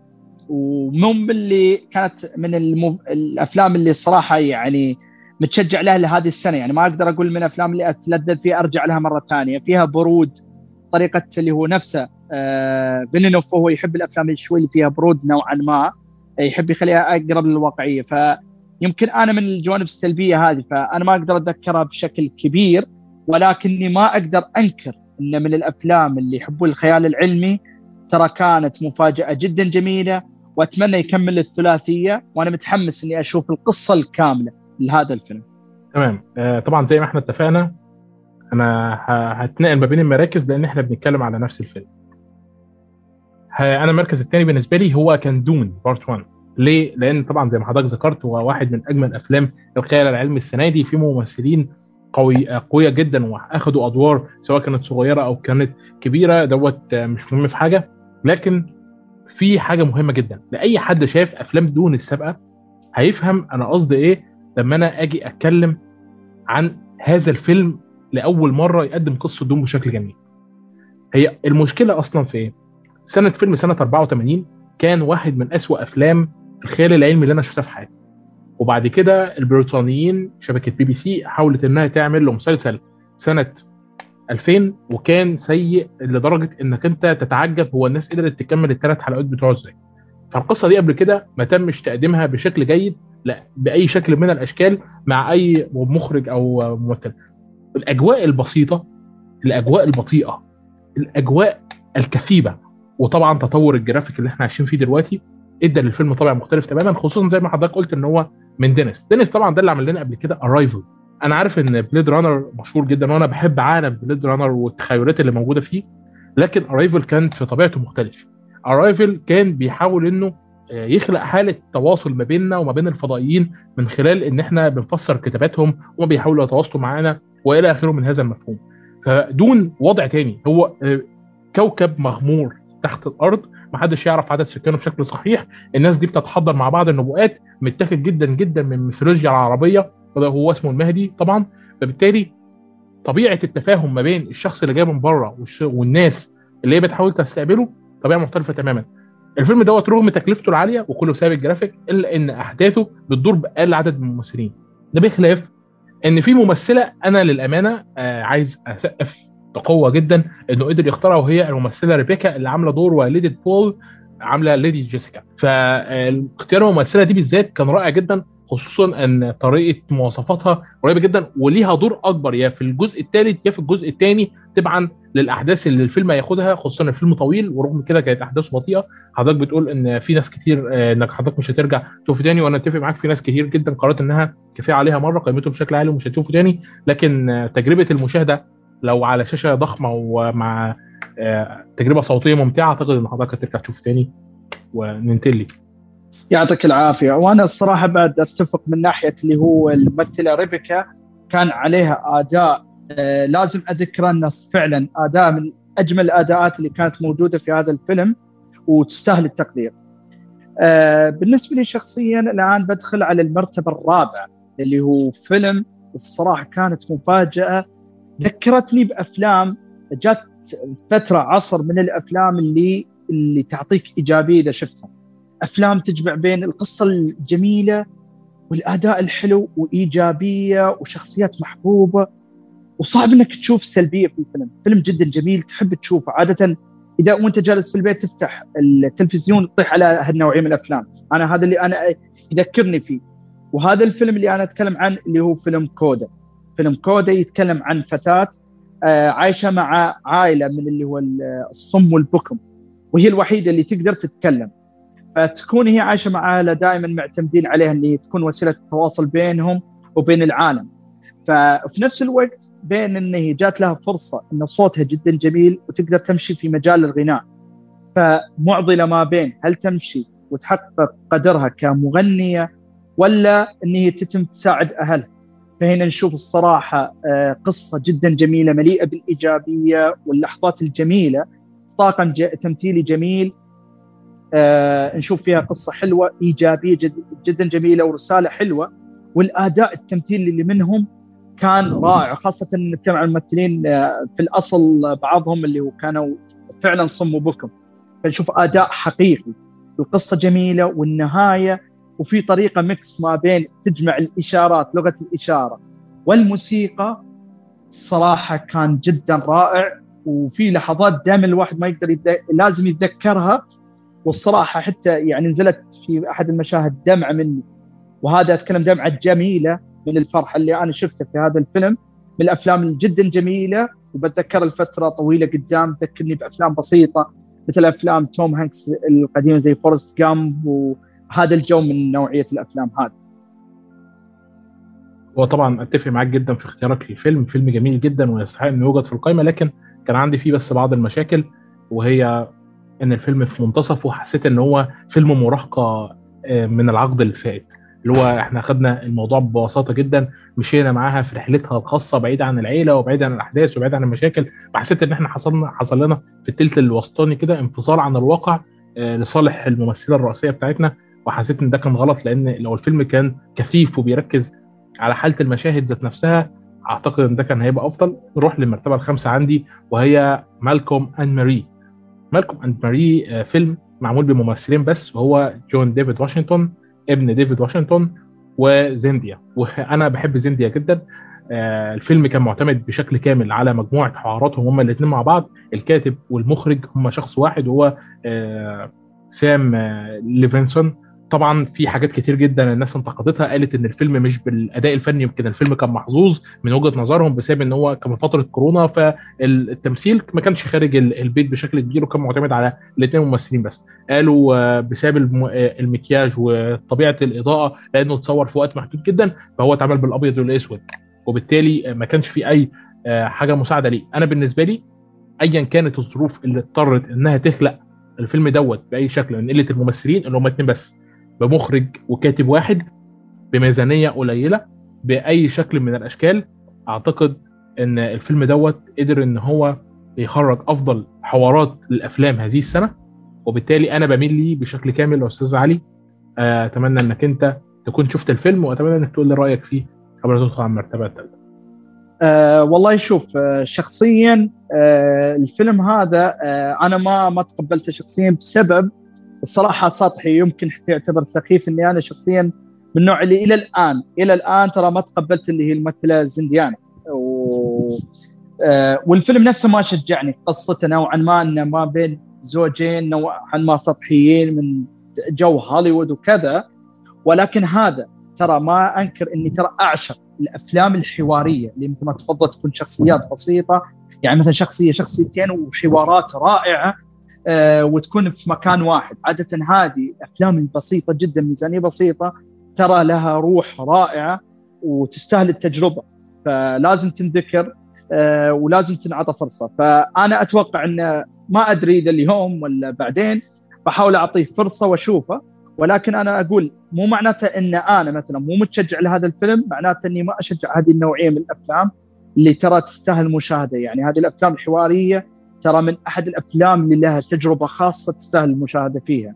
ومن اللي كانت من المف... الأفلام اللي الصراحة يعني متشجع لها لهذه السنة. يعني ما أقدر أقول من الأفلام اللي أتلذذ فيها أرجع لها مرة ثانية، فيها برود طريقة اللي هو نفسه آه فيلينوف، وهو يحب الأفلام اللي شوي اللي فيها برود نوعا ما، يحب يخليها أقرب للواقعية. فيمكن أنا من الجوانب السلبية هذه فأنا ما أقدر أتذكرها بشكل كبير، ولكني ما أقدر أنكر إن من الأفلام اللي يحبون الخيال العلمي ترى كانت مفاجأة جدا جميلة، وأتمنى يكمل الثلاثية، وأنا متحمس إني أشوف القصة الكاملة لهذا الفيلم. تمام. آه طبعا زي ما احنا اتفقنا أنا هتنقل ما بين المراكز لأن احنا بنتكلم على نفس الفيلم. أنا المركز الثاني بالنسبة لي هو كان دون بارت واحد. ليه؟ لأن طبعا زي ما حضرتك ذكرت هو واحد من أجمل أفلام الخيال العلمي السنة دي، في ممثلين قوي قوية جدا وأخذوا أدوار سواء كانت صغيرة أو كانت كبيرة، دوت مش مهم في حاجة، لكن في حاجة مهمة جدا لأي حد شايف أفلام دون السابقة هيفهم أنا قصدي إيه لما أنا أجي أتكلم عن هذا الفيلم لأول مرة يقدم قصة دون بشكل جميل. هي المشكلة أصلا في إيه؟ سنة فيلم سنة أربعة وثمانين كان واحد من أسوأ أفلام الخيال العلمي اللي أنا شفتها في حياتي، وبعد كده البريطانيين شبكة بي بي سي حاولت إنها تعمل له مسلسل سنة ألفين وكان سيء لدرجة إنك أنت تتعجب هو الناس قدرت تكمل الثلاث حلقات بتوعه إزاي. فالقصة دي قبل كده ما تمش تقديمها بشكل جيد لا بأي شكل من الأشكال مع أي مخرج أو ممثل. الأجواء البسيطة، الأجواء البطيئة، الأجواء الكثيبة، وطبعا تطور الجرافيك اللي احنا عايشين فيه دلوقتي ادى للفيلم طابع مختلف تماما، خصوصا زي ما حضرتك قلت ان هو من دينيس. دينيس طبعا ده اللي عمل لنا قبل كده ارايفل. انا عارف ان بليد رانر مشهور جدا وانا بحب عالم بليد رانر والتخيلات اللي موجوده فيه، لكن ارايفل كان في طبيعته مختلف. ارايفل كان بيحاول انه يخلق حاله تواصل ما بيننا وما بين الفضائيين من خلال ان احنا بنفسر كتاباتهم وما بيحاولوا يتواصلوا معانا والى اخره من هذا المفهوم. فدون وضع تاني، هو كوكب مغمور تحت الارض محدش يعرف عدد سكانه بشكل صحيح، الناس دي بتتحضر مع بعض النبوءات، متاخد جدا جدا من الميثولوجيا العربيه، وده هو اسمه المهدي طبعا. فبالتالي طبيعه التفاهم ما بين الشخص اللي جاي من بره والناس اللي هي بتحاول تستقبله طبيعه مختلفه تماما. الفيلم دوت رغم تكلفته العاليه وكله بسبب الجرافيك، الا ان احداثه بتدور باقل عدد من الممثلين، ده بخلاف ان في ممثله انا للامانه آه عايز اسقف بقوه جدا انه قدر يختارها، وهي الممثله ريبيكا اللي عامله دور والده بول، عامله ليدي جيسيكا. فاختيار الممثله دي بالذات كان رائع جدا، خصوصا ان طريقه مواصفاتها قريبه جدا وليها دور اكبر يا في الجزء الثالث يا في الجزء الثاني تبعا للاحداث اللي الفيلم هياخدها، خصوصا ان الفيلم طويل ورغم كده كانت احداثه بطيئه. حضرتك بتقول ان في ناس كتير انك حضرتك مش هترجع تشوفه تاني، وانا اتفق معاك، في ناس كتير جدا قررت انها كفايه عليها مره قيمته بشكل عالي ومش هتشوفه تاني. لكن تجربه المشاهده لو على شاشه ضخمه ومع تجربه صوتيه ممتعه اعتقد ان حضرتك هترجع تشوفه تاني. وننتلي يعطيك العافيه. وانا الصراحه بعد اتفق من ناحيه اللي هو الممثله ريبيكا كان عليها اداء آه لازم اذكر الناس فعلا اداء من اجمل الاداءات اللي كانت موجوده في هذا الفيلم وتستاهل التقدير. آه بالنسبه لي شخصيا الان بدخل على المرتبه الرابعه اللي هو فيلم الصراحه كانت مفاجاه، ذكرتني بافلام جات فتره عصر من الافلام اللي اللي تعطيك ايجابيه اذا شفتها، افلام تجمع بين القصه الجميله والاداء الحلو وايجابيه وشخصيات محبوبه، وصعب انك تشوف سلبيه في الفيلم. فيلم جدا جميل تحب تشوفه عاده اذا وانت جالس في البيت تفتح التلفزيون تطيح على هالنوعيه من الافلام. انا هذا اللي انا يذكرني فيه. وهذا الفيلم اللي انا اتكلم عنه اللي هو فيلم كودا. فيلم كودا يتكلم عن فتاه عايشه مع عائله من اللي هو الصم والبكم، وهي الوحيده اللي تقدر تتكلم، فتكون هي عايشه مع عائله دائما معتمدين عليها ان هي تكون وسيله التواصل بينهم وبين العالم. ففي نفس الوقت بين ان هي جات لها فرصه ان صوتها جدا جميل وتقدر تمشي في مجال الغناء، فمعضله ما بين هل تمشي وتحقق قدرها كمغنيه ولا ان هي تتم تساعد اهلها. فهنا نشوف الصراحه قصه جدا جميله مليئه بالايجابيه واللحظات الجميله، طاقم تمثيلي جميل. آه نشوف فيها قصة حلوة إيجابية جد جدا جميلة ورسالة حلوة، والأداء التمثيلي اللي منهم كان رائع، خاصة نتكلم عن الممثلين آه في الأصل بعضهم اللي كانوا فعلا صم وبكم، فنشوف أداء حقيقي. القصة جميلة والنهاية وفي طريقة ميكس ما بين تجمع الإشارات لغة الإشارة والموسيقى، الصراحة كان جدا رائع. وفي لحظات دائما الواحد ما يقدر يد... لازم يتذكرها، والصراحة حتى يعني نزلت في أحد المشاهد دمعة مني، وهذا أتكلم دمعة جميلة من الفرحة اللي أنا شفته في هذا الفيلم. من الأفلام جدا جميلة وبتذكر الفترة طويلة قدام، تذكرني بأفلام بسيطة مثل أفلام توم هانكس القديمة زي فورست جامب، وهذا الجو من نوعية الأفلام هذه. وطبعا أتفق معاك جدا في اختيارك للفيلم، فيلم جميل جدا ويستحق أنه يوجد في القائمة، لكن كان عندي فيه بس بعض المشاكل، وهي ان الفيلم في منتصفه حسيت ان هو فيلم مراهقه من العقد الفائت، اللي هو احنا خدنا الموضوع ببساطه جدا مشينا معاها في رحلتها الخاصه بعيد عن العيله وبعيد عن الاحداث وبعيد عن المشاكل، فحسيت ان احنا حصلنا حصل لنا في الثلث الوسطاني كده انفصال عن الواقع لصالح الممثله الرئيسيه بتاعتنا، وحسيت ان ده كان غلط، لان لو الفيلم كان كثيف وبيركز على حاله المشاهد ذات نفسها اعتقد ان ده كان هيبقى افضل. نروح للمرتبه الخامسه عندي وهي مالكوم اند ماري. مالكوم اند ماري فيلم معمول بممثلين بس، وهو جون ديفيد واشنطن ابن ديفيد واشنطن وزينديا، وانا بحب زينديا جدا. الفيلم كان معتمد بشكل كامل على مجموعه حواراتهم هم الاثنين مع بعض، الكاتب والمخرج هم شخص واحد وهو سام ليفنسون. طبعا في حاجات كتير جدا الناس انتقدتها، قالت ان الفيلم مش بالاداء الفني، يمكن الفيلم كان محظوظ من وجهه نظرهم بسبب ان هو كان في فتره كورونا، فالتمثيل ما كانش خارج البيت بشكل كبير وكان معتمد على الاثنين ممثلين بس. قالوا بسبب المكياج وطبيعه الاضاءه لانه اتصور في وقت محدود جدا فهو اتعمل بالابيض والاسود. وبالتالي ما كانش في اي حاجه مساعده ليه. انا بالنسبه لي ايا كانت الظروف اللي اضطرت انها تخلق الفيلم دوت باي شكل من قله الممثلين اللي هم اتنين بس، بمخرج وكاتب واحد بميزانيه قليله، باي شكل من الاشكال، اعتقد ان الفيلم دوت قدر ان هو يخرج افضل حوارات للافلام هذه السنه، وبالتالي انا بميل ليه بشكل كامل. يا استاذ علي اتمنى انك انت تكون شفت الفيلم، واتمنى انك تقول لي رايك فيه قبل ما تدخل على المرتبه الثالثه. أه والله شوف، أه شخصيا أه الفيلم هذا أه انا ما ما تقبلته شخصيا بسبب الصراحه سطحي، يمكن حتى يعتبر سخيف، اني انا شخصيا من النوع اللي الى الان الى الان ترى ما تقبلت اللي هي الممثله زنديانة، و أه والفيلم نفسه ما شجعني. قصته نوعا ما انه ما بين زوجين نوعا ما سطحيين من جو هوليوود وكذا، ولكن هذا ترى ما انكر اني ترى اعشق الافلام الحواريه اللي مثل ما تفضلت تكون شخصيات بسيطه، يعني مثلا شخصيه شخصيتين وحوارات رائعه أه وتكون في مكان واحد. عاده هذه افلام البسيطه جدا ميزانيه بسيطه ترى لها روح رائعه وتستاهل التجربه، فلازم تنذكر أه ولازم تنعطى فرصه. فانا اتوقع ان ما ادري اذا اليوم ولا بعدين بحاول اعطيه فرصه واشوفه، ولكن انا اقول مو معناته ان انا مثلا مو متشجع لهذا الفيلم، معناته اني ما اشجع هذه النوعيه من الافلام اللي ترى تستاهل المشاهده. يعني هذه الافلام الحواريه ترى من احد الافلام اللي لها تجربه خاصه تستاهل المشاهده فيها.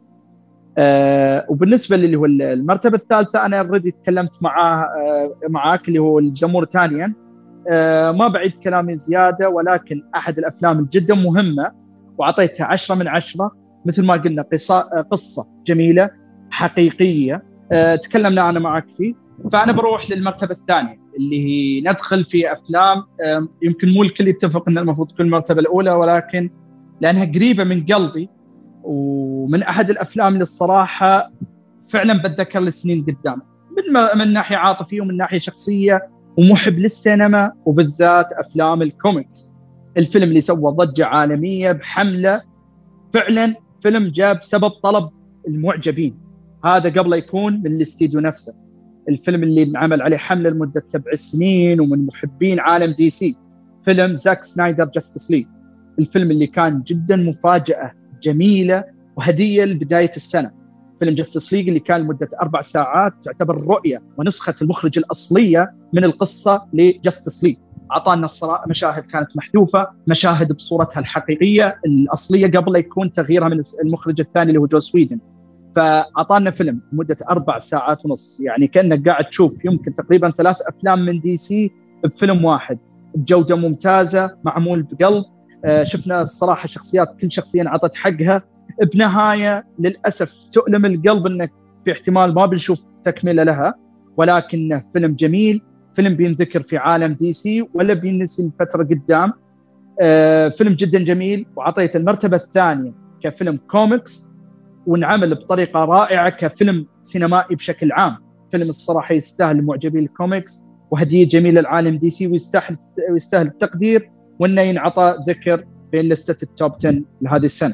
أه وبالنسبه اللي هو المرتبه الثالثه، انا اوريدي تكلمت معاه أه معاك اللي هو الجمهورتانيا، أه ما بعيد كلامي زياده، ولكن احد الافلام جدا مهمه واعطيتها عشرة من عشرة. مثل ما قلنا قصة جميلة حقيقية أه تكلمنا أنا معك فيه. فأنا بروح للمرتبة الثانية اللي هي ندخل في أفلام أه يمكن مو الكل يتفق أن المفروض تكون المرتبة الأولى، ولكن لأنها قريبة من قلبي ومن أحد الأفلام اللي الصراحة فعلا بتذكر لسنين قدام، من, من ناحية عاطفية ومن ناحية شخصية ومحب للسينما وبالذات أفلام الكوميكس. الفيلم اللي سوى ضجة عالمية بحملة، فعلا فيلم جاب سبب طلب المعجبين، هذا قبل يكون من الاستديو نفسه. الفيلم اللي عمل عليه حملة لمدة سبع سنين ومن محبين عالم دي سي، فيلم زاك سنايدر جاستس ليج. الفيلم اللي كان جدا مفاجأة جميلة وهدية لبداية السنة. فيلم جاستس ليج اللي كان لمدة أربع ساعات تعتبر رؤية ونسخة المخرج الأصلية من القصة لجاستس ليج. أعطانا الصراحة مشاهد كانت محذوفة، مشاهد بصورتها الحقيقية الأصلية قبل يكون تغييرها من المخرج الثاني اللي هو جوس ويدن. فأعطانا فيلم مدة أربع ساعات ونص، يعني كأنك قاعد تشوف يمكن تقريبا ثلاث أفلام من دي سي بفيلم واحد، بجودة ممتازة، معمول بقلب. آه شفنا الصراحة شخصيات كل شخصية عطت حقها بنهاية للأسف تؤلم القلب أنك في احتمال ما بنشوف تكملة لها، ولكنه فيلم جميل، فيلم بينذكر في عالم دي سي ولا بينسي الفترة قدام. آه فيلم جدا جميل، وعطيت المرتبة الثانية كفيلم كوميكس ونعمل بطريقة رائعة كفيلم سينمائي بشكل عام. فيلم الصراحة يستاهل معجبين الكوميكس وهدية جميلة لعالم دي سي، ويستاهل ويستاهل التقدير وإنه ينعطى ذكر بين لستة التوب عشرة لهذه السنة.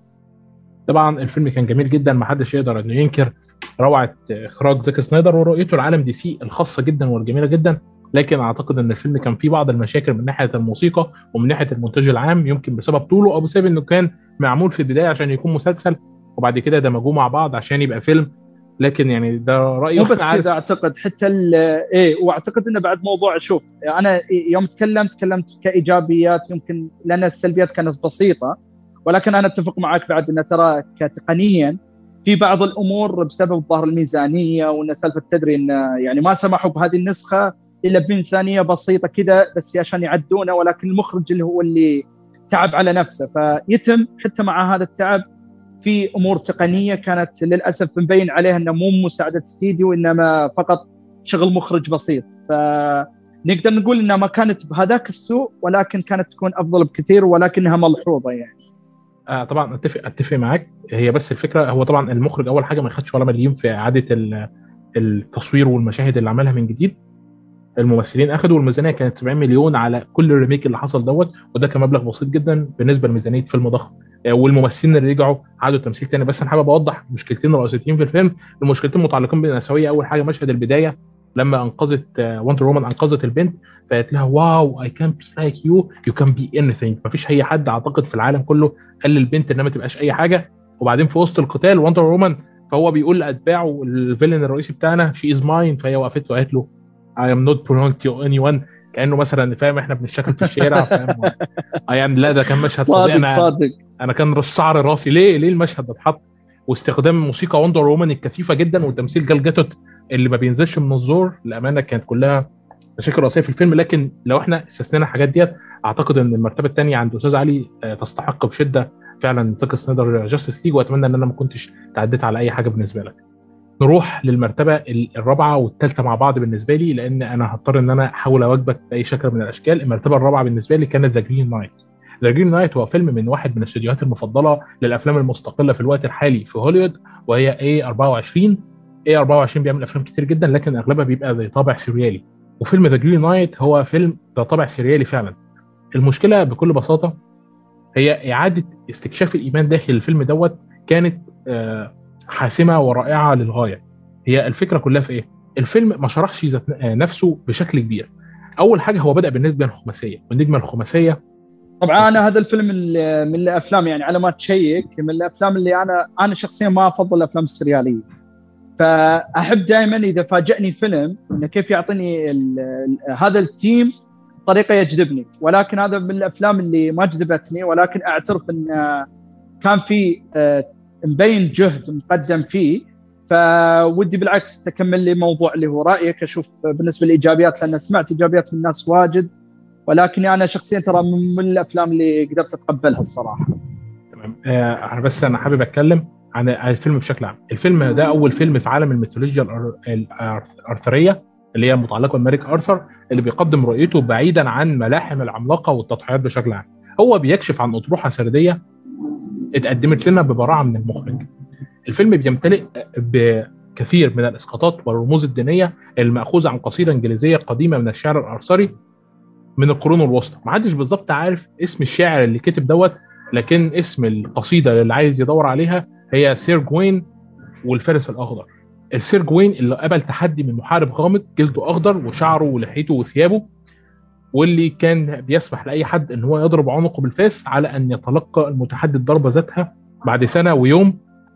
طبعا الفيلم كان جميل جدا، ما حدش يقدر انه ينكر روعه اخراج زاك سنايدر ورؤيته لعالم دي سي الخاصه جدا والجميله جدا. لكن اعتقد ان الفيلم كان فيه بعض المشاكل من ناحيه الموسيقى ومن ناحيه المونتاج العام، يمكن بسبب طوله او بسبب انه كان معمول في البدايه عشان يكون مسلسل وبعد كده دمجوه مع بعض عشان يبقى فيلم. لكن يعني ده رايي. مو بس كذا، اعتقد حتى ايه، واعتقد انه بعد موضوع شوف انا يوم تكلمت تكلمت كايجابيات يمكن لان السلبيات كانت بسيطه، ولكن انا اتفق معك بعد ان ترى كتقنيا في بعض الامور بسبب ظهر الميزانيه وان سالفه تدري ان يعني ما سمحوا بهذه النسخه الا بميزانيه بسيطه كذا بس عشان يعدونه، ولكن المخرج اللي هو اللي تعب على نفسه، فيتم حتى مع هذا التعب في امور تقنيه كانت للاسف مبين عليها انه مو مساعده استديو انما فقط شغل مخرج بسيط. فنقدر نقول انها ما كانت بهذاك السوء، ولكن كانت تكون افضل بكثير ولكنها ملحوظه يعني. آه طبعا اتفق اتفق معاك. هي بس الفكره هو طبعا المخرج اول حاجه ما خدش ولا مليم في اعاده التصوير والمشاهد اللي عملها من جديد. الممثلين اخذوا، والميزانيه كانت سبعين مليون على كل الريميك اللي حصل دوت، وده كان مبلغ بسيط جدا بالنسبه لميزانيه فيلم ضخم. آه والممثلين اللي رجعوا عادوا تمثيل تاني. بس انا حابب اوضح مشكلتين رئيسيتين في الفيلم. المشكلتين متعلقين بالنسويه. اول حاجه مشهد البدايه لما انقذت وندر وومن انقذت البنت، فقالت لها واو اي كان بي لايك يو يو كان بي اني ثينج. مفيش اي حد اعتقد في العالم كله قال للبنت انها ما تبقاش اي حاجه. وبعدين في وسط القتال وندر وومن فهو بيقول لاتباعه الفيلن الرئيسي بتاعنا شي از ماين، فهي وقفت له وقالت له اي ام نوت برونت يو اني ون، كانه مثلا فاهم احنا بنشتكل في الشارع فاهم. يعني لا ده كان مشهد فظيع. انا صادق. انا كان شعر راسي ليه ليه المشهد ده اتحط. واستخدام موسيقى وندر وومن الكثيفه جدا وتمثيل جال جادوت اللي ما بينزلش من الزور للامانه كانت كلها مشاكل رئيسيه في الفيلم. لكن لو احنا استثنينا الحاجات ديت اعتقد ان المرتبه الثانيه عند استاذ علي تستحق بشده فعلا زاك سنايدر جاستس ليج، واتمنى ان انا ما كنتش تعديت على اي حاجه بالنسبه لك. نروح للمرتبه الرابعه والثالثه مع بعض بالنسبه لي، لان انا هضطر ان انا احاول اواجبك باي شكل من الاشكال. المرتبه الرابعه بالنسبه لي كانت ذا جرين نايت. ذا جرين نايت هو فيلم من واحد من الاستديوهات المفضله للافلام المستقله في الوقت الحالي في هوليوود، وهي إيه أربعة وعشرين. إيه أربعة وعشرين بيعمل افلام كتير جدا لكن اغلبها بيبقى ذي طابع سيريالي، وفيلم ذا جرين نايت هو فيلم ذا طابع سيريالي فعلا. المشكله بكل بساطه هي اعاده استكشاف الايمان داخل الفيلم دوت كانت حاسمه ورائعه للغايه. هي الفكره كلها في ايه؟ الفيلم ما شرحش نفسه بشكل كبير. اول حاجه هو بدا بالنسبه الخماسيه، والنجمه الخماسيه طبعا انا هذا الفيلم من الافلام يعني على ما تشيك من الافلام اللي انا انا شخصيا ما افضل الافلام السرياليه، فاحب دائما اذا فاجئني فيلم انه كيف يعطيني هذا الثيم طريقه يجذبني. ولكن هذا من الافلام اللي ما جذبتني، ولكن اعترف ان كان في مبين جهد مقدم فيه، فودي بالعكس تكمل لي موضوع اللي هو رايك. اشوف بالنسبه للايجابيات لان سمعت ايجابيات من الناس واجد، ولكن انا شخصيا ترى من الافلام اللي قدرت اتقبلها الصراحه. تمام. آه بس انا حابب اتكلم عن الفيلم بشكل عام. الفيلم ده اول فيلم في عالم الميثولوجيا الارثريه اللي هي متعلقه بملك ارثر، اللي بيقدم رؤيته بعيدا عن ملاحم العملاقه والتضحيات بشكل عام. هو بيكشف عن اطروحه سرديه اتقدمت لنا ببراعه من المخرج. الفيلم بيمتلئ بكثير من الاسقاطات والرموز الدينيه الماخوذه عن قصيده انجليزيه قديمه من الشعر الارثري من القرون الوسطى. ما حدش بالظبط عارف اسم الشاعر اللي كتب دوت، لكن اسم القصيده اللي عايز يدور عليها هي سير جوين والفارس الاخضر. السير جوين اللي قبل تحدي من محارب غامض جلده اخضر وشعره ولحيته وثيابه، واللي كان بيسمح لاي حد ان هو يضرب عنقه بالفاس على ان يتلقى المتحدي الضربه ذاتها بعد سنه ويوم.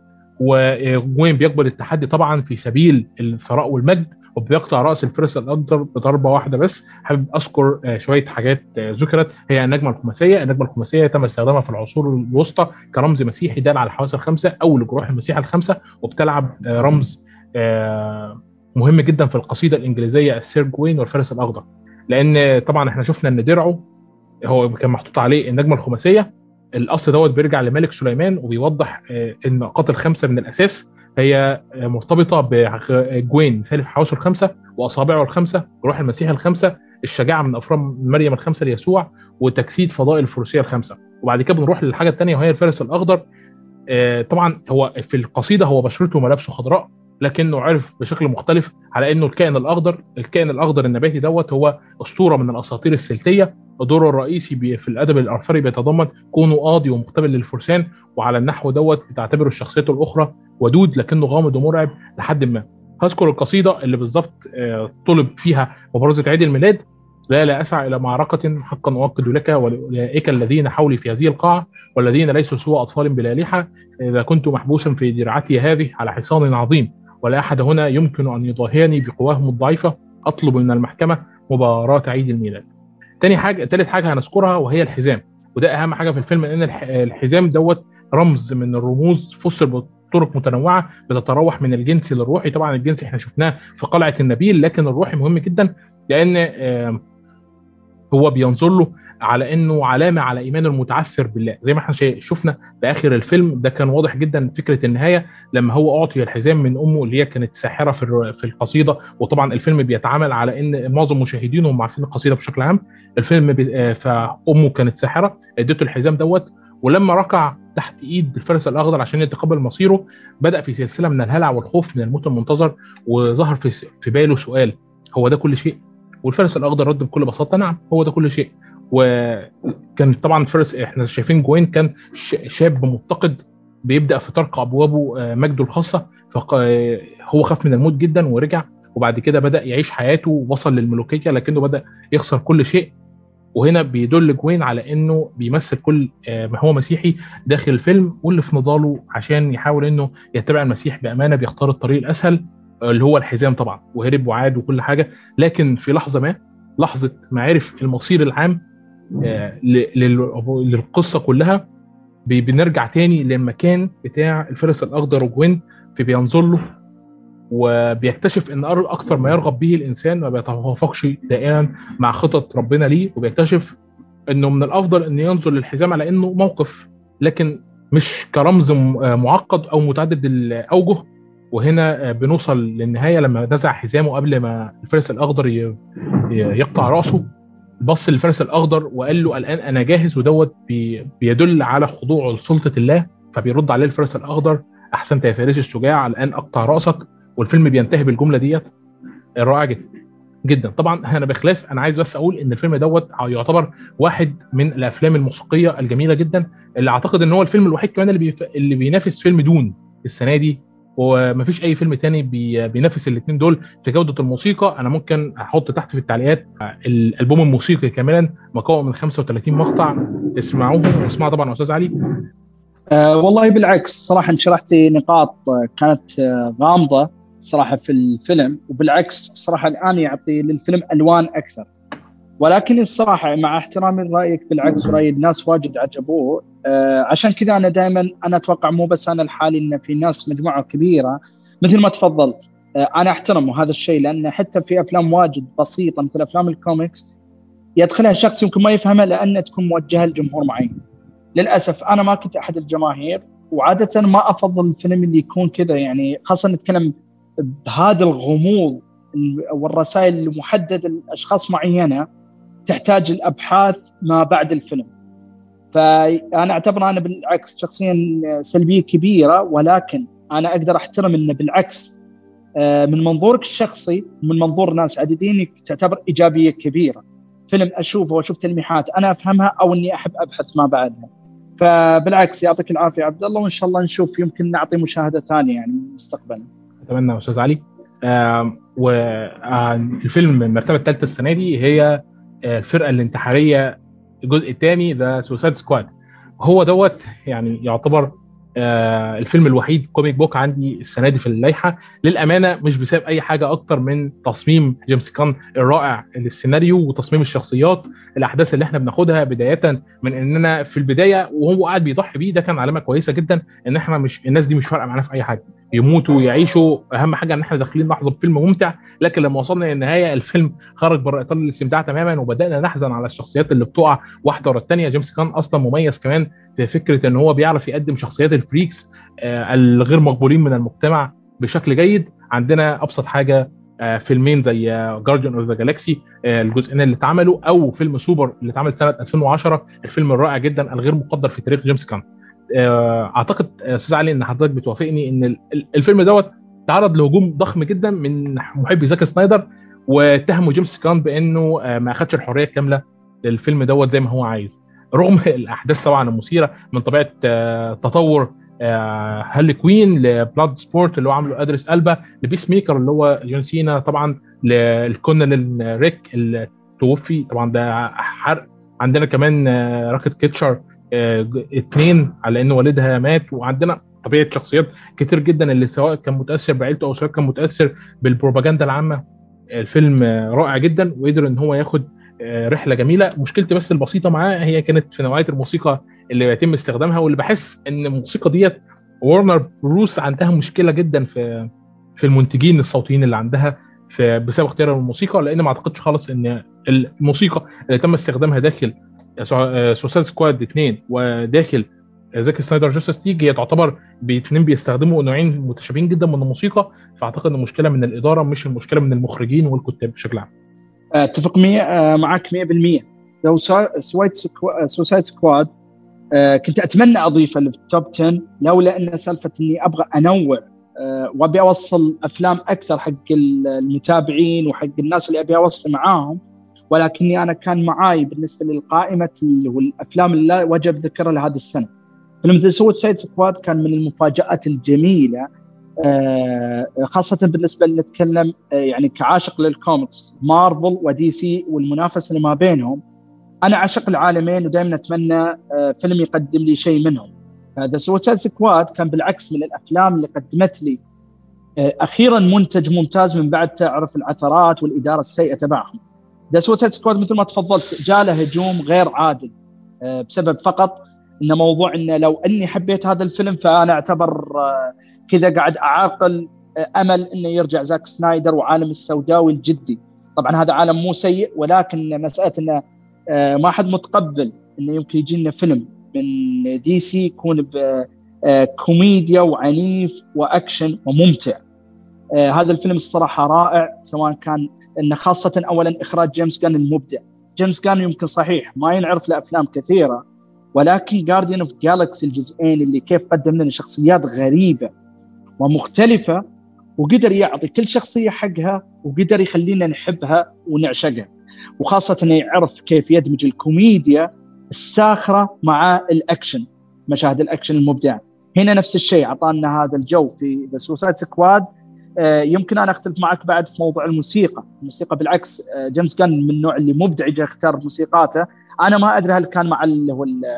وجوين بيقبل التحدي طبعا في سبيل الثراء والمجد، وبيقطع راس الفارس الاخضر بضربه واحده بس. حابب اذكر شويه حاجات ذكرت. هي النجمه الخماسيه. النجمه الخماسيه تم استخدامها في العصور الوسطى كرمز مسيحي دال على الحواس الخمسه او لجروح المسيح الخمسه، وبتلعب رمز مهم جدا في القصيده الانجليزيه السير جوين والفارس الاخضر، لان طبعا احنا شفنا ان درعه هو كان محطوط عليه النجمه الخماسيه. الاصل دوت بيرجع لملك سليمان، وبيوضح ان النقاط الخمسه من الاساس هي مرتبطه بجوين مثالي حواسه الخمسه واصابعه الخمسه وروح المسيح الخمسه، الشجاعه من افرام مريم الخمسه ليسوع، وتجسيد فضائل الفروسيه الخمسه. وبعد كده بنروح للحاجه الثانيه وهي الفارس الاخضر. طبعا هو في القصيده هو بشرته وملابسه خضراء، لكنه عرف بشكل مختلف على انه الكائن الاخضر. الكائن الاخضر النباتي دوت هو اسطوره من الاساطير السلتيه، ودوره الرئيسي في الادب الارثري بيتضمن كونه قاضي ومقتبل للفرسان، وعلى النحو دوت بتعتبره الشخصيات الاخرى ودود لكنه غامض ومرعب لحد ما. هذكر القصيده اللي بالظبط طلب فيها مبارزه عيد الميلاد: لا لا اسعى الى معركه حقا اؤكد لك واولئك الذين حولي في هذه القاعه والذين ليسوا سوى اطفال بلا لحى، اذا كنت محبوسا في درعتي هذه على حصان عظيم ولا احد هنا يمكن ان يضاهيني بقواهم الضعيفه، اطلب من المحكمه مباراه عيد الميلاد. تاني حاجه ثالث حاجه هنذكرها وهي الحزام، وده اهم حاجه في الفيلم، لان الحزام دوت رمز من الرموز فسر بطرق متنوعه بتتراوح من الجنسي للروحي. طبعا الجنسي احنا شفناه في قلعه النبيل، لكن الروحي مهم جدا لان هو بينظر له على انه علامه على ايمان المتعثر بالله. زي ما احنا شفنا في اخر الفيلم ده كان واضح جدا فكره النهايه لما هو اعطي الحزام من امه اللي هي كانت ساحره في في القصيده. وطبعا الفيلم بيتعامل على ان معظم مشاهدينه هم عارفين القصيده بشكل عام. الفيلم فامه كانت ساحره ادته الحزام دوت، ولما ركع تحت ايد الفارس الاخضر عشان يتقبل مصيره بدا في سلسله من الهلع والخوف من الموت المنتظر، وظهر في في باله سؤال: هو ده كل شيء؟ والفارس الاخضر رد بكل بساطه: نعم هو ده كل شيء. وكان طبعا الفارس احنا شايفين جوين كان شاب مفتقد بيبدا في طرق ابوابه مجده الخاصه، فهو خاف من الموت جدا ورجع وبعد كده بدأ يعيش حياته ووصل للملوكية، لكنه بدأ يخسر كل شيء. وهنا بيدل جوين على انه بيمثل كل ما هو مسيحي داخل الفيلم، واللي في نضاله عشان يحاول انه يتبع المسيح بامانه بيختار الطريق الاسهل اللي هو الحزام طبعا، وهرب وعاد وكل حاجه. لكن في لحظه ما لحظه ما عرف المصير العام للقصه كلها، بنرجع تاني للمكان بتاع الفارس الاخضر وجوين، في بينظر له وبيكتشف ان اكثر ما يرغب به الانسان ما بيتوافقش دائما مع خطط ربنا ليه، وبيكتشف انه من الافضل ان ينظر للحزام على انه موقف، لكن مش كرمز معقد او متعدد الاوجه. وهنا بنوصل للنهايه لما نزع حزامه قبل ما الفارس الاخضر يقطع راسه، بص للفارس الاخضر وقال له الان انا جاهز، ودوت بيدل على خضوعه لسلطه الله. فبيرد عليه الفارس الاخضر احسنت يا فارس الشجاع، الان اقطع راسك. والفيلم بينتهي بالجمله ديت الرائعه جدا جدا. طبعا انا بخلاف انا عايز بس اقول ان الفيلم دوت يعتبر واحد من الافلام الموسيقيه الجميله جدا، اللي اعتقد ان هو الفيلم الوحيد كمان اللي بيف... اللي بينافس فيلم دون السنه دي، ومفيش اي فيلم تاني بي... بينافس الاثنين دول في جوده الموسيقى. انا ممكن احط تحت في التعليقات الالبوم الموسيقي كاملا مكون من خمسة وثلاثين مقطع، اسمعوهم واسمعوا طبعا يا استاذ علي. أه والله بالعكس صراحه انشرحتي نقاط كانت غامضه صراحة في الفيلم، وبالعكس صراحة الآن يعطي للفيلم ألوان أكثر. ولكن الصراحة مع احترامي لرأيك بالعكس ورأي الناس واجد عجبوه، آه عشان كذا أنا دائما أنا أتوقع مو بس أنا الحالي إن في ناس مجموعة كبيرة مثل ما تفضلت، آه أنا أحترم هذا الشيء، لأن حتى في أفلام واجد بسيطة مثل أفلام الكوميكس يدخلها شخص يمكن ما يفهمها لأن تكون موجهة لجمهور معين. للأسف أنا ما كنت أحد الجماهير، وعادة ما أفضل الفيلم اللي يكون كذا، يعني خاصة نتكلم بهذا الغموض والرسائل المحددة لأشخاص معينة تحتاج الأبحاث ما بعد الفيلم. فأنا أعتبر أنا بالعكس شخصيا سلبية كبيرة، ولكن أنا أقدر أحترم أنه بالعكس من منظورك الشخصي ومن منظور ناس عديدين تعتبر إيجابية كبيرة. فيلم أشوفه وأشوف تلميحات أنا أفهمها أو أني أحب أبحث ما بعدها. فبالعكس يعطيك العافية عبد الله، وإن شاء الله نشوف يمكن نعطي مشاهدة ثانية يعني مستقبلا. أتمنى يا أستاذ علي. آه والفيلم المرتبة الثالثة السنة دي هي الفرقة الانتحارية الجزء الثاني ذا سوسايد سكواد. هو دوت يعني يعتبر آه الفيلم الوحيد كوميك بوك عندي السنة دي في اللائحة، للأمانة مش بسبب أي حاجة أكتر من تصميم جيمس كان الرائع للسيناريو وتصميم الشخصيات. الأحداث اللي احنا بناخدها بداية من إننا في البداية وهو قاعد بيضحي بيه، ده كان علامة كويسة جدا إن احنا مش الناس دي مش فارقة معانا في أي حاجة، يموتوا يعيشوا، أهم حاجة إن احنا داخلين لحظة بفيلم ممتع. لكن لما وصلنا للنهاية الفيلم خرج بره إطار الاستمتاع تماما، وبدأنا نحزن على الشخصيات اللي بتقع واحدة ورا الثانية. جيمس كان أصلا مميز كمان في فكرة إن هو بيعرف يقدم شخصيات الفريكس آه الغير مقبولين من المجتمع بشكل جيد. عندنا أبسط حاجة آه فيلمين زي جارديان اوف ذا جالاكسي الجزئين اللي اتعملوا، أو فيلم سوبر اللي اتعمل سنة ألفين وعشرة، الفيلم الرائع جدا الغير مقدر في تاريخ جيمس كان. آه أعتقد أستاذ علي إن حضرتك بتوافقني إن الفيلم دوت تعرض لهجوم ضخم جدا من محبي زاك سنايدر، واتهموا جيمس كان بأنه آه ما أخدش الحرية الكاملة للفيلم دوت زي ما هو عايز، رغم الأحداث طبعا المثيرة من طبيعة آه تطور آه هارلي كوين لبلاد سبورت اللي هو عامله ادريس ألبا، لبيس ميكر اللي هو جون سينا، طبعا للكونل ريك اللي توفي طبعا ده حرق. عندنا كمان آه راكت كيتشر آه اتنين على ان والدها مات، وعندنا طبيعه شخصيات كتير جدا اللي سواء كان متاثر بعيلته او سواء كان متاثر بالبروباغندا العامه. الفيلم آه رائع جدا وقدر ان هو ياخد آه رحله جميله. مشكلتي بس البسيطه معاه هي كانت في نوعيه الموسيقى اللي بيتم استخدامها، واللي بحس ان الموسيقى ديت وارنر بروس عندها مشكله جدا في في المنتجين الصوتيين اللي عندها في بسبب اختيار الموسيقى، لان ما اعتقدش خالص ان الموسيقى اللي تم استخدامها داخل سوسايد سكواد اثنين وداخل زاك سنايدر جاستس ليج هي تعتبر باثنين بيستخدموا نوعين متشابهين جدا من الموسيقى. فاعتقد ان المشكله من الاداره مش المشكله من المخرجين والكتاب بشكل عام. اتفق معك مية بالمية. لو سوسايد سكواد كنت اتمنى اضيفه للتوب عشرة، لولا ان سالفه اني ابغى انوع وابي اوصل افلام اكثر حق المتابعين وحق الناس اللي ابي اوصل معاهم. ولكني انا كان معاي بالنسبه للقائمه والافلام اللي وجب ذكرها لهذه السنه فيلم ذا سوسايد سكواد كان من المفاجات الجميله خاصة بالنسبة اللي نتكلم يعني كعاشق للكوميكس مارفل ودي سي والمنافسة اللي ما بينهم. أنا عاشق العالمين ودائما أتمنى فيلم يقدم لي شيء منهم. هذا سوسايد سكواد كان بالعكس من الأفلام اللي قدمت لي أخيرا منتج ممتاز من بعد تعرف العثرات والإدارة السيئة تبعهم. ذا سوسايد سكواد مثل ما تفضلت جاء له هجوم غير عادل بسبب فقط إن موضوع إن لو أني حبيت هذا الفيلم فأنا أعتبر كذا قاعد أعاقل أمل إنه يرجع زاك سنايدر وعالم السوداوي الجدي. طبعا هذا عالم مو سيء، ولكن مسألة إنه ما حد متقبل إنه يمكن يجي لنا فيلم من دي سي يكون بكوميديا وعنيف وأكشن وممتع. هذا الفيلم الصراحة رائع، سواء كان إنه خاصة أولا إخراج جيمس جان المبدع. جيمس جان يمكن صحيح ما ينعرف لأفلام كثيرة، ولكن Guardian of Galaxy الجزئين اللي كيف قدم لنا شخصيات غريبة ومختلفة، وقدر يعطي كل شخصية حقها وقدر يخلينا نحبها ونعشقها، وخاصة أنه يعرف كيف يدمج الكوميديا الساخرة مع الأكشن، مشاهد الأكشن المبدعة. هنا نفس الشيء عطانا هذا الجو في The Suicide Squad. آه يمكن أنا أختلف معك بعد في موضوع الموسيقى. الموسيقى بالعكس آه جيمس جان من النوع اللي مبدع يختار موسيقاته. أنا ما أدري هل كان مع ال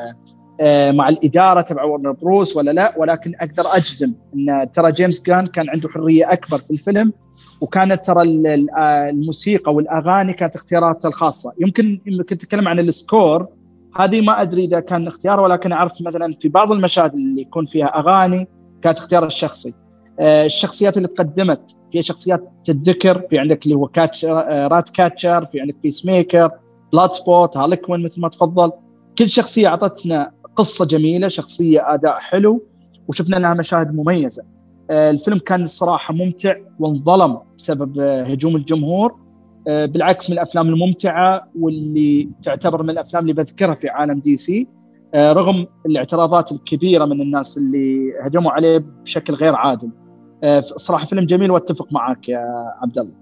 آه مع الإدارة تبع ورنر بروس ولا لا، ولكن أقدر أجزم أن ترى جيمس جان كان عنده حرية أكبر في الفيلم، وكانت ترى الموسيقى والأغاني كانت اختياراته الخاصة. يمكن كنت أتكلم عن السكور، هذه ما أدري إذا كان اختياره، ولكن أعرف مثلا في بعض المشاهد اللي يكون فيها أغاني كانت اختيار الشخصي. الشخصيات اللي تقدمت فيها شخصيات تتذكر، في عندك اللي هو كاتشر رات كاتشر، في عندك بيس ميكر، بلاد سبوت، هالكوين مثل ما تفضل. كل شخصية أعطتنا قصة جميلة، شخصية أداء حلو، وشفنا لها مشاهد مميزة. الفيلم كان الصراحة ممتع وانظلم بسبب هجوم الجمهور. بالعكس من الأفلام الممتعة واللي تعتبر من الأفلام اللي بذكرها في عالم دي سي، رغم الاعتراضات الكبيرة من الناس اللي هجموا عليه بشكل غير عادل. صراحة فيلم جميل واتفق معك يا عبد الله.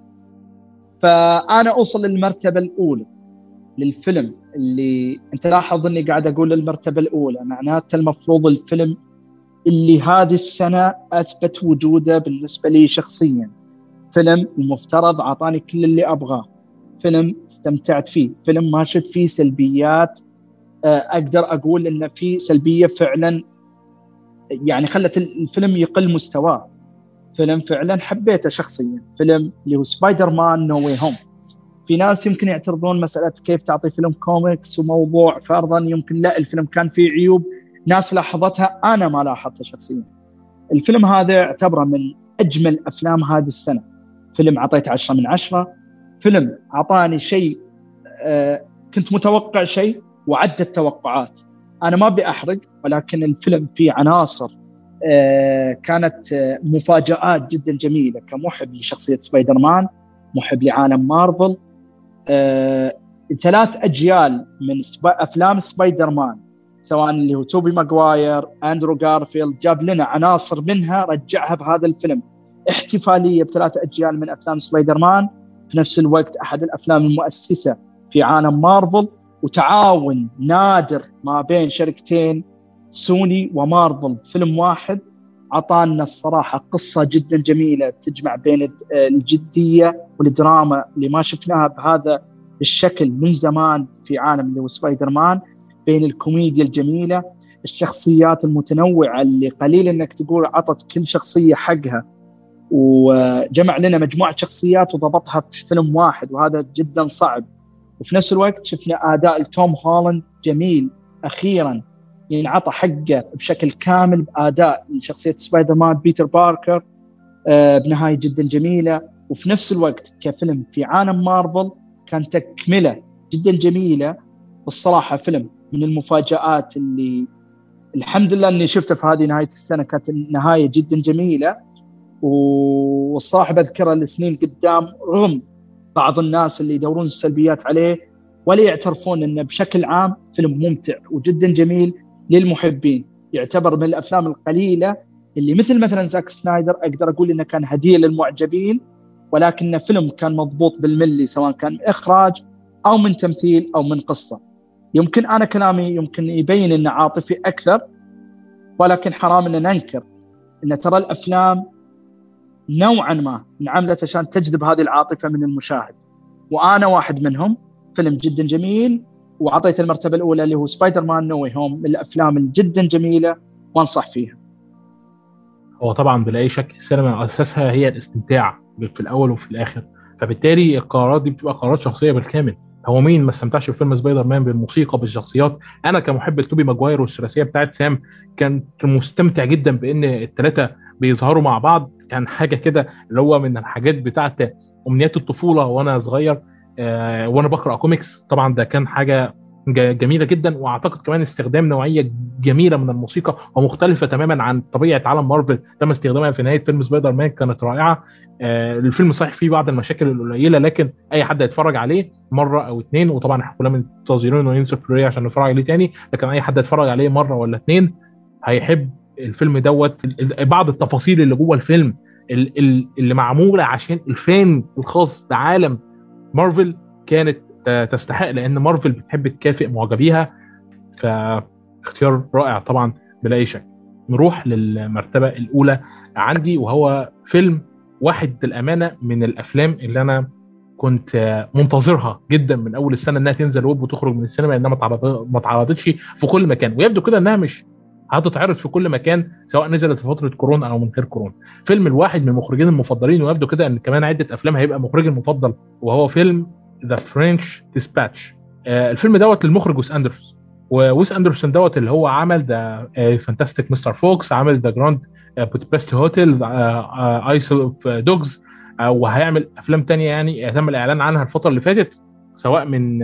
فأنا أوصل للمرتبة الأولى للفيلم اللي أنت لاحظ أني قاعد أقول للمرتبة الأولى، معناته المفروض الفيلم اللي هذه السنة أثبت وجوده بالنسبة لي شخصيا. فيلم المفترض عطاني كل اللي أبغاه، فيلم استمتعت فيه، فيلم ما شفت فيه سلبيات. أقدر أقول إن فيه سلبية فعلا يعني خلت الفيلم يقل مستواه. فيلم فعلا حبيته شخصيا، فيلم اللي هو سبايدر مان نو واي هوم. في ناس يمكن يعترضون مسألة كيف تعطي فيلم كوميكس وموضوع فرضا يمكن لا الفيلم كان فيه عيوب، ناس لاحظتها، أنا ما لاحظتها شخصيا. الفيلم هذا اعتبره من أجمل أفلام هذه السنة. فيلم عطيته عشرة من عشرة، فيلم عطاني شيء آه كنت متوقع شيء وعدت التوقعات. أنا ما أبي أحرق، ولكن الفيلم فيه عناصر آه كانت آه مفاجآت جدا جميلة. كمحب لشخصية سبايدر مان، محب لعالم مارفل، آه ثلاث أجيال من سبا أفلام سبايدر مان، سواء اللي هو توبي ماغواير، أندرو غارفيلد، جاب لنا عناصر منها رجعها بهذا الفيلم. احتفالية بثلاث أجيال من أفلام سبايدر مان، في نفس الوقت أحد الأفلام المؤسسة في عالم مارفل، وتعاون نادر ما بين شركتين سوني ومارفل فيلم واحد. عطانا الصراحة قصة جدا جميلة تجمع بين الجدية والدراما اللي ما شفناها بهذا الشكل من زمان في عالم اللي هو سبايدر مان، بين الكوميديا الجميلة، الشخصيات المتنوعة اللي قليل انك تقول عطت كل شخصية حقها، وجمع لنا مجموعة شخصيات وضبطها في فيلم واحد، وهذا جدا صعب. وفي نفس الوقت شفنا أداء توم هولاند جميل أخيرا، ينعطى حقه بشكل كامل بأداء شخصية سبايدر مان بيتر باركر بنهاية جدا جميلة. وفي نفس الوقت كفيلم في عالم مارفل كان تكملة جدا جميلة. والصراحة فيلم من المفاجآت اللي الحمد لله أني شفته في هذه نهاية السنة، كانت نهاية جدا جميلة. والصراحة بذكرها لسنين قدام، رغم بعض الناس اللي يدورون السلبيات عليه ولا يعترفون أنه بشكل عام فيلم ممتع وجدا جميل للمحبين. يعتبر من الأفلام القليلة اللي مثل مثلا زاك سنايدر أقدر أقول إنه كان هدية للمعجبين، ولكنه فيلم كان مضبوط بالملي، سواء كان إخراج أو من تمثيل أو من قصة. يمكن أنا كلامي يمكن يبين إنه عاطفي أكثر، ولكن حرام إن ننكر إن ترى الأفلام نوعا ما انعملت عشان تجذب هذه العاطفة من المشاهد، وأنا واحد منهم. فيلم جدا جميل، وعطيت المرتبة الأولى اللي هو سبايدر مان نو واي هوم، من الأفلام الجدا جميلة وانصح فيها. هو طبعا بلا اي شك السينما اساسها هي الاستمتاع في الاول وفي الاخر، فبالتالي القرارات دي بتبقى قرارات شخصيه بالكامل. هو مين ما استمتعش بفيلم سبايدر مان بالموسيقى بالشخصيات؟ انا كمحب لتوبي ماجواير والثلاثيه بتاعت سام كنت مستمتع جدا بان الثلاثه بيظهروا مع بعض. كان حاجه كده اللي هو من الحاجات بتاعت امنيات الطفوله وانا صغير، آه وانا بقرا كوميكس. طبعا ده كان حاجه جميله جدا، واعتقد كمان استخدام نوعيه جميله من الموسيقى ومختلفه تماما عن طبيعه عالم مارفل تم استخدامها في نهايه فيلم سبايدر مان كانت رائعه. آه الفيلم صحيح فيه بعض المشاكل القليله، لكن اي حد هيتفرج عليه مره او اتنين، وطبعا احنا كلنا منتظرين انه ينزل بلاي عشان نتفرج عليه تاني، لكن اي حد هيتفرج عليه مره ولا اتنين هيحب الفيلم دوت. بعض التفاصيل اللي جوه الفيلم اللي معموله عشان الفان الخاص بعالم مارفل كانت تستحق، لان مارفل بتحب تكافئ معجبيها، فاختيار رائع طبعا بلا اي شك. نروح للمرتبه الاولى عندي، وهو فيلم واحد بالامانه من الافلام اللي انا كنت منتظرها جدا من اول السنه انها تنزل ويب وتخرج من السينما، انها ما اتعرضتش في كل مكان، ويبدو كده انها مش هتتعرض في كل مكان سواء نزلت في فتره كورونا او من غير كورونا. فيلم الواحد من المخرجين المفضلين، ويبدو كده ان كمان عده افلام هيبقى مخرجي المفضل، وهو فيلم ذا فرنش ديسباتش. الفيلم دوت للمخرج ويس اندرسون، وويس اندرسون دوت اللي هو عمل ذا فانتاستيك مستر فوكس، عمل ذا جراند بودابست هوتيل، ايس اوف دوجز، وهيعمل افلام تانية يعني تم الاعلان عنها الفتره اللي فاتت، سواء من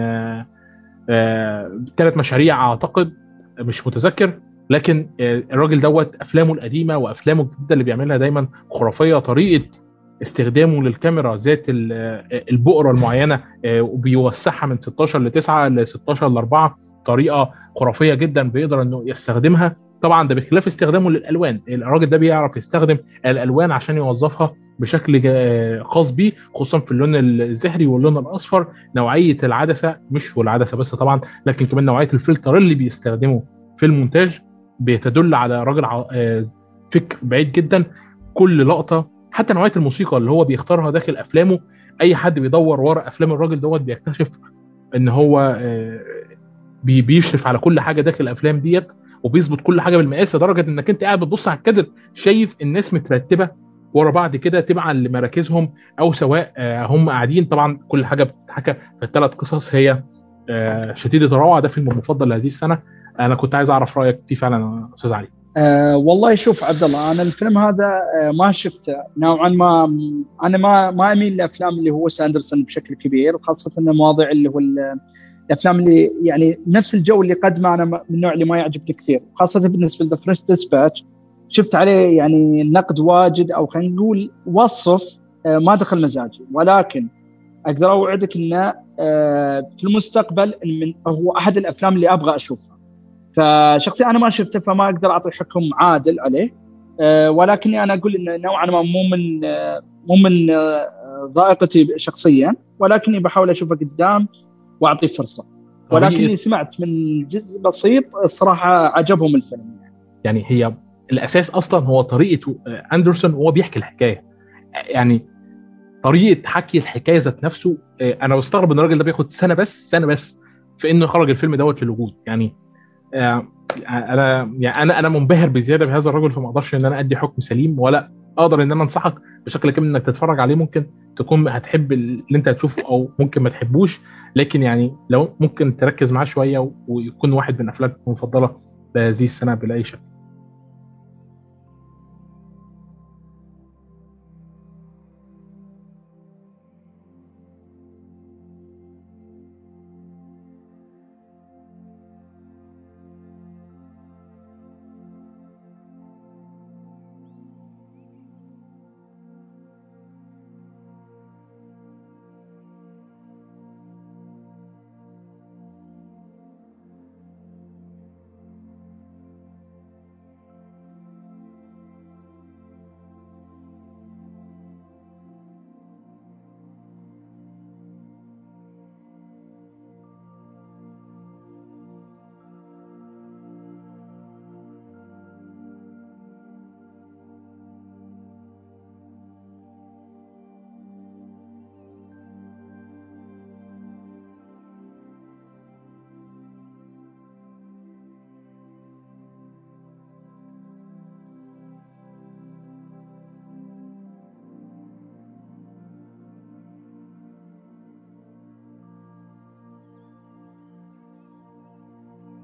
ثلاث مشاريع اعتقد، مش متذكر. لكن الراجل دوت افلامه القديمه وافلامه الجديده اللي بيعملها دايما خرافيه. طريقه استخدامه للكاميرا ذات البؤره المعينه وبيوسعها من ستاشر ل تسعة ل ستاشر ل أربعة، طريقه خرافيه جدا بيقدر انه يستخدمها. طبعا ده بخلاف استخدامه للالوان، الراجل ده بيعرف يستخدم الالوان عشان يوظفها بشكل خاص بيه، خصوصا في اللون الزهري واللون الاصفر. نوعيه العدسه، مش والعدسه بس طبعا، لكن كمان نوعيه الفلتر اللي بيستخدمه في المونتاج بتدل على راجل فكر بعيد جدا. كل لقطه، حتى نوعيه الموسيقى اللي هو بيختارها داخل افلامه، اي حد بيدور ورا افلام الراجل دوت بيكتشف ان هو بيشرف على كل حاجه داخل الافلام ديت، وبيظبط كل حاجه بالمقاس، لدرجه انك انت قاعد بتبص على الكادر شايف الناس مترتبه ورا بعض كده تبعا لمراكزهم، او سواء هم قاعدين. طبعا كل حاجه بتتحكى في الثلاث قصص هي شديده الروعه. ده فيلم مفضل لهذه السنه. انا كنت عايز اعرف رايك فيه فعلا استاذ علي. أه والله شوف عبد الله، انا الفيلم هذا أه ما شفته نوعا ما. انا ما ما اميل لافلام اللي هو ساندرسون بشكل كبير، خاصه ان مواضيع اللي هو الافلام اللي يعني نفس الجو اللي قدمه انا من النوع اللي ما يعجبني كثير، خاصه بالنسبه لذا فرنش ديسباتش. شفت عليه يعني نقد واجد، او خلينا نقول وصف أه ما دخل مزاجي، ولكن اقدر اوعدك انه أه في المستقبل من هو احد الافلام اللي ابغى اشوفها. فشخصيا انا ما شفته فما اقدر اعطي حكم عادل عليه، أه ولكني انا اقول انه نوعا ما مو من أه مو من أه ضائقتي شخصيا، ولكني بحاول اشوفه قدام واعطيه فرصه. ولكني سمعت من جزء بسيط الصراحه عجبهم الفيلم. يعني هي الاساس اصلا هو طريقه اندرسون وهو بيحكي الحكايه، يعني طريقه حكي الحكايه ذات نفسه. انا بستغرب ان الراجل ده بياخد سنه بس سنه بس في انه يخرج الفيلم دوت للوجود. يعني انا يعني انا انا منبهر بزياده بهذا الرجل، فما اقدرش ان انا ادي حكم سليم، ولا اقدر ان انا انصحك بشكل كامل انك تتفرج عليه. ممكن تكون هتحب اللي انت هتشوفه او ممكن ما تحبوش، لكن يعني لو ممكن تركز معاه شويه ويكون واحد من افلامك المفضله بهذه السنه بلا اي شك.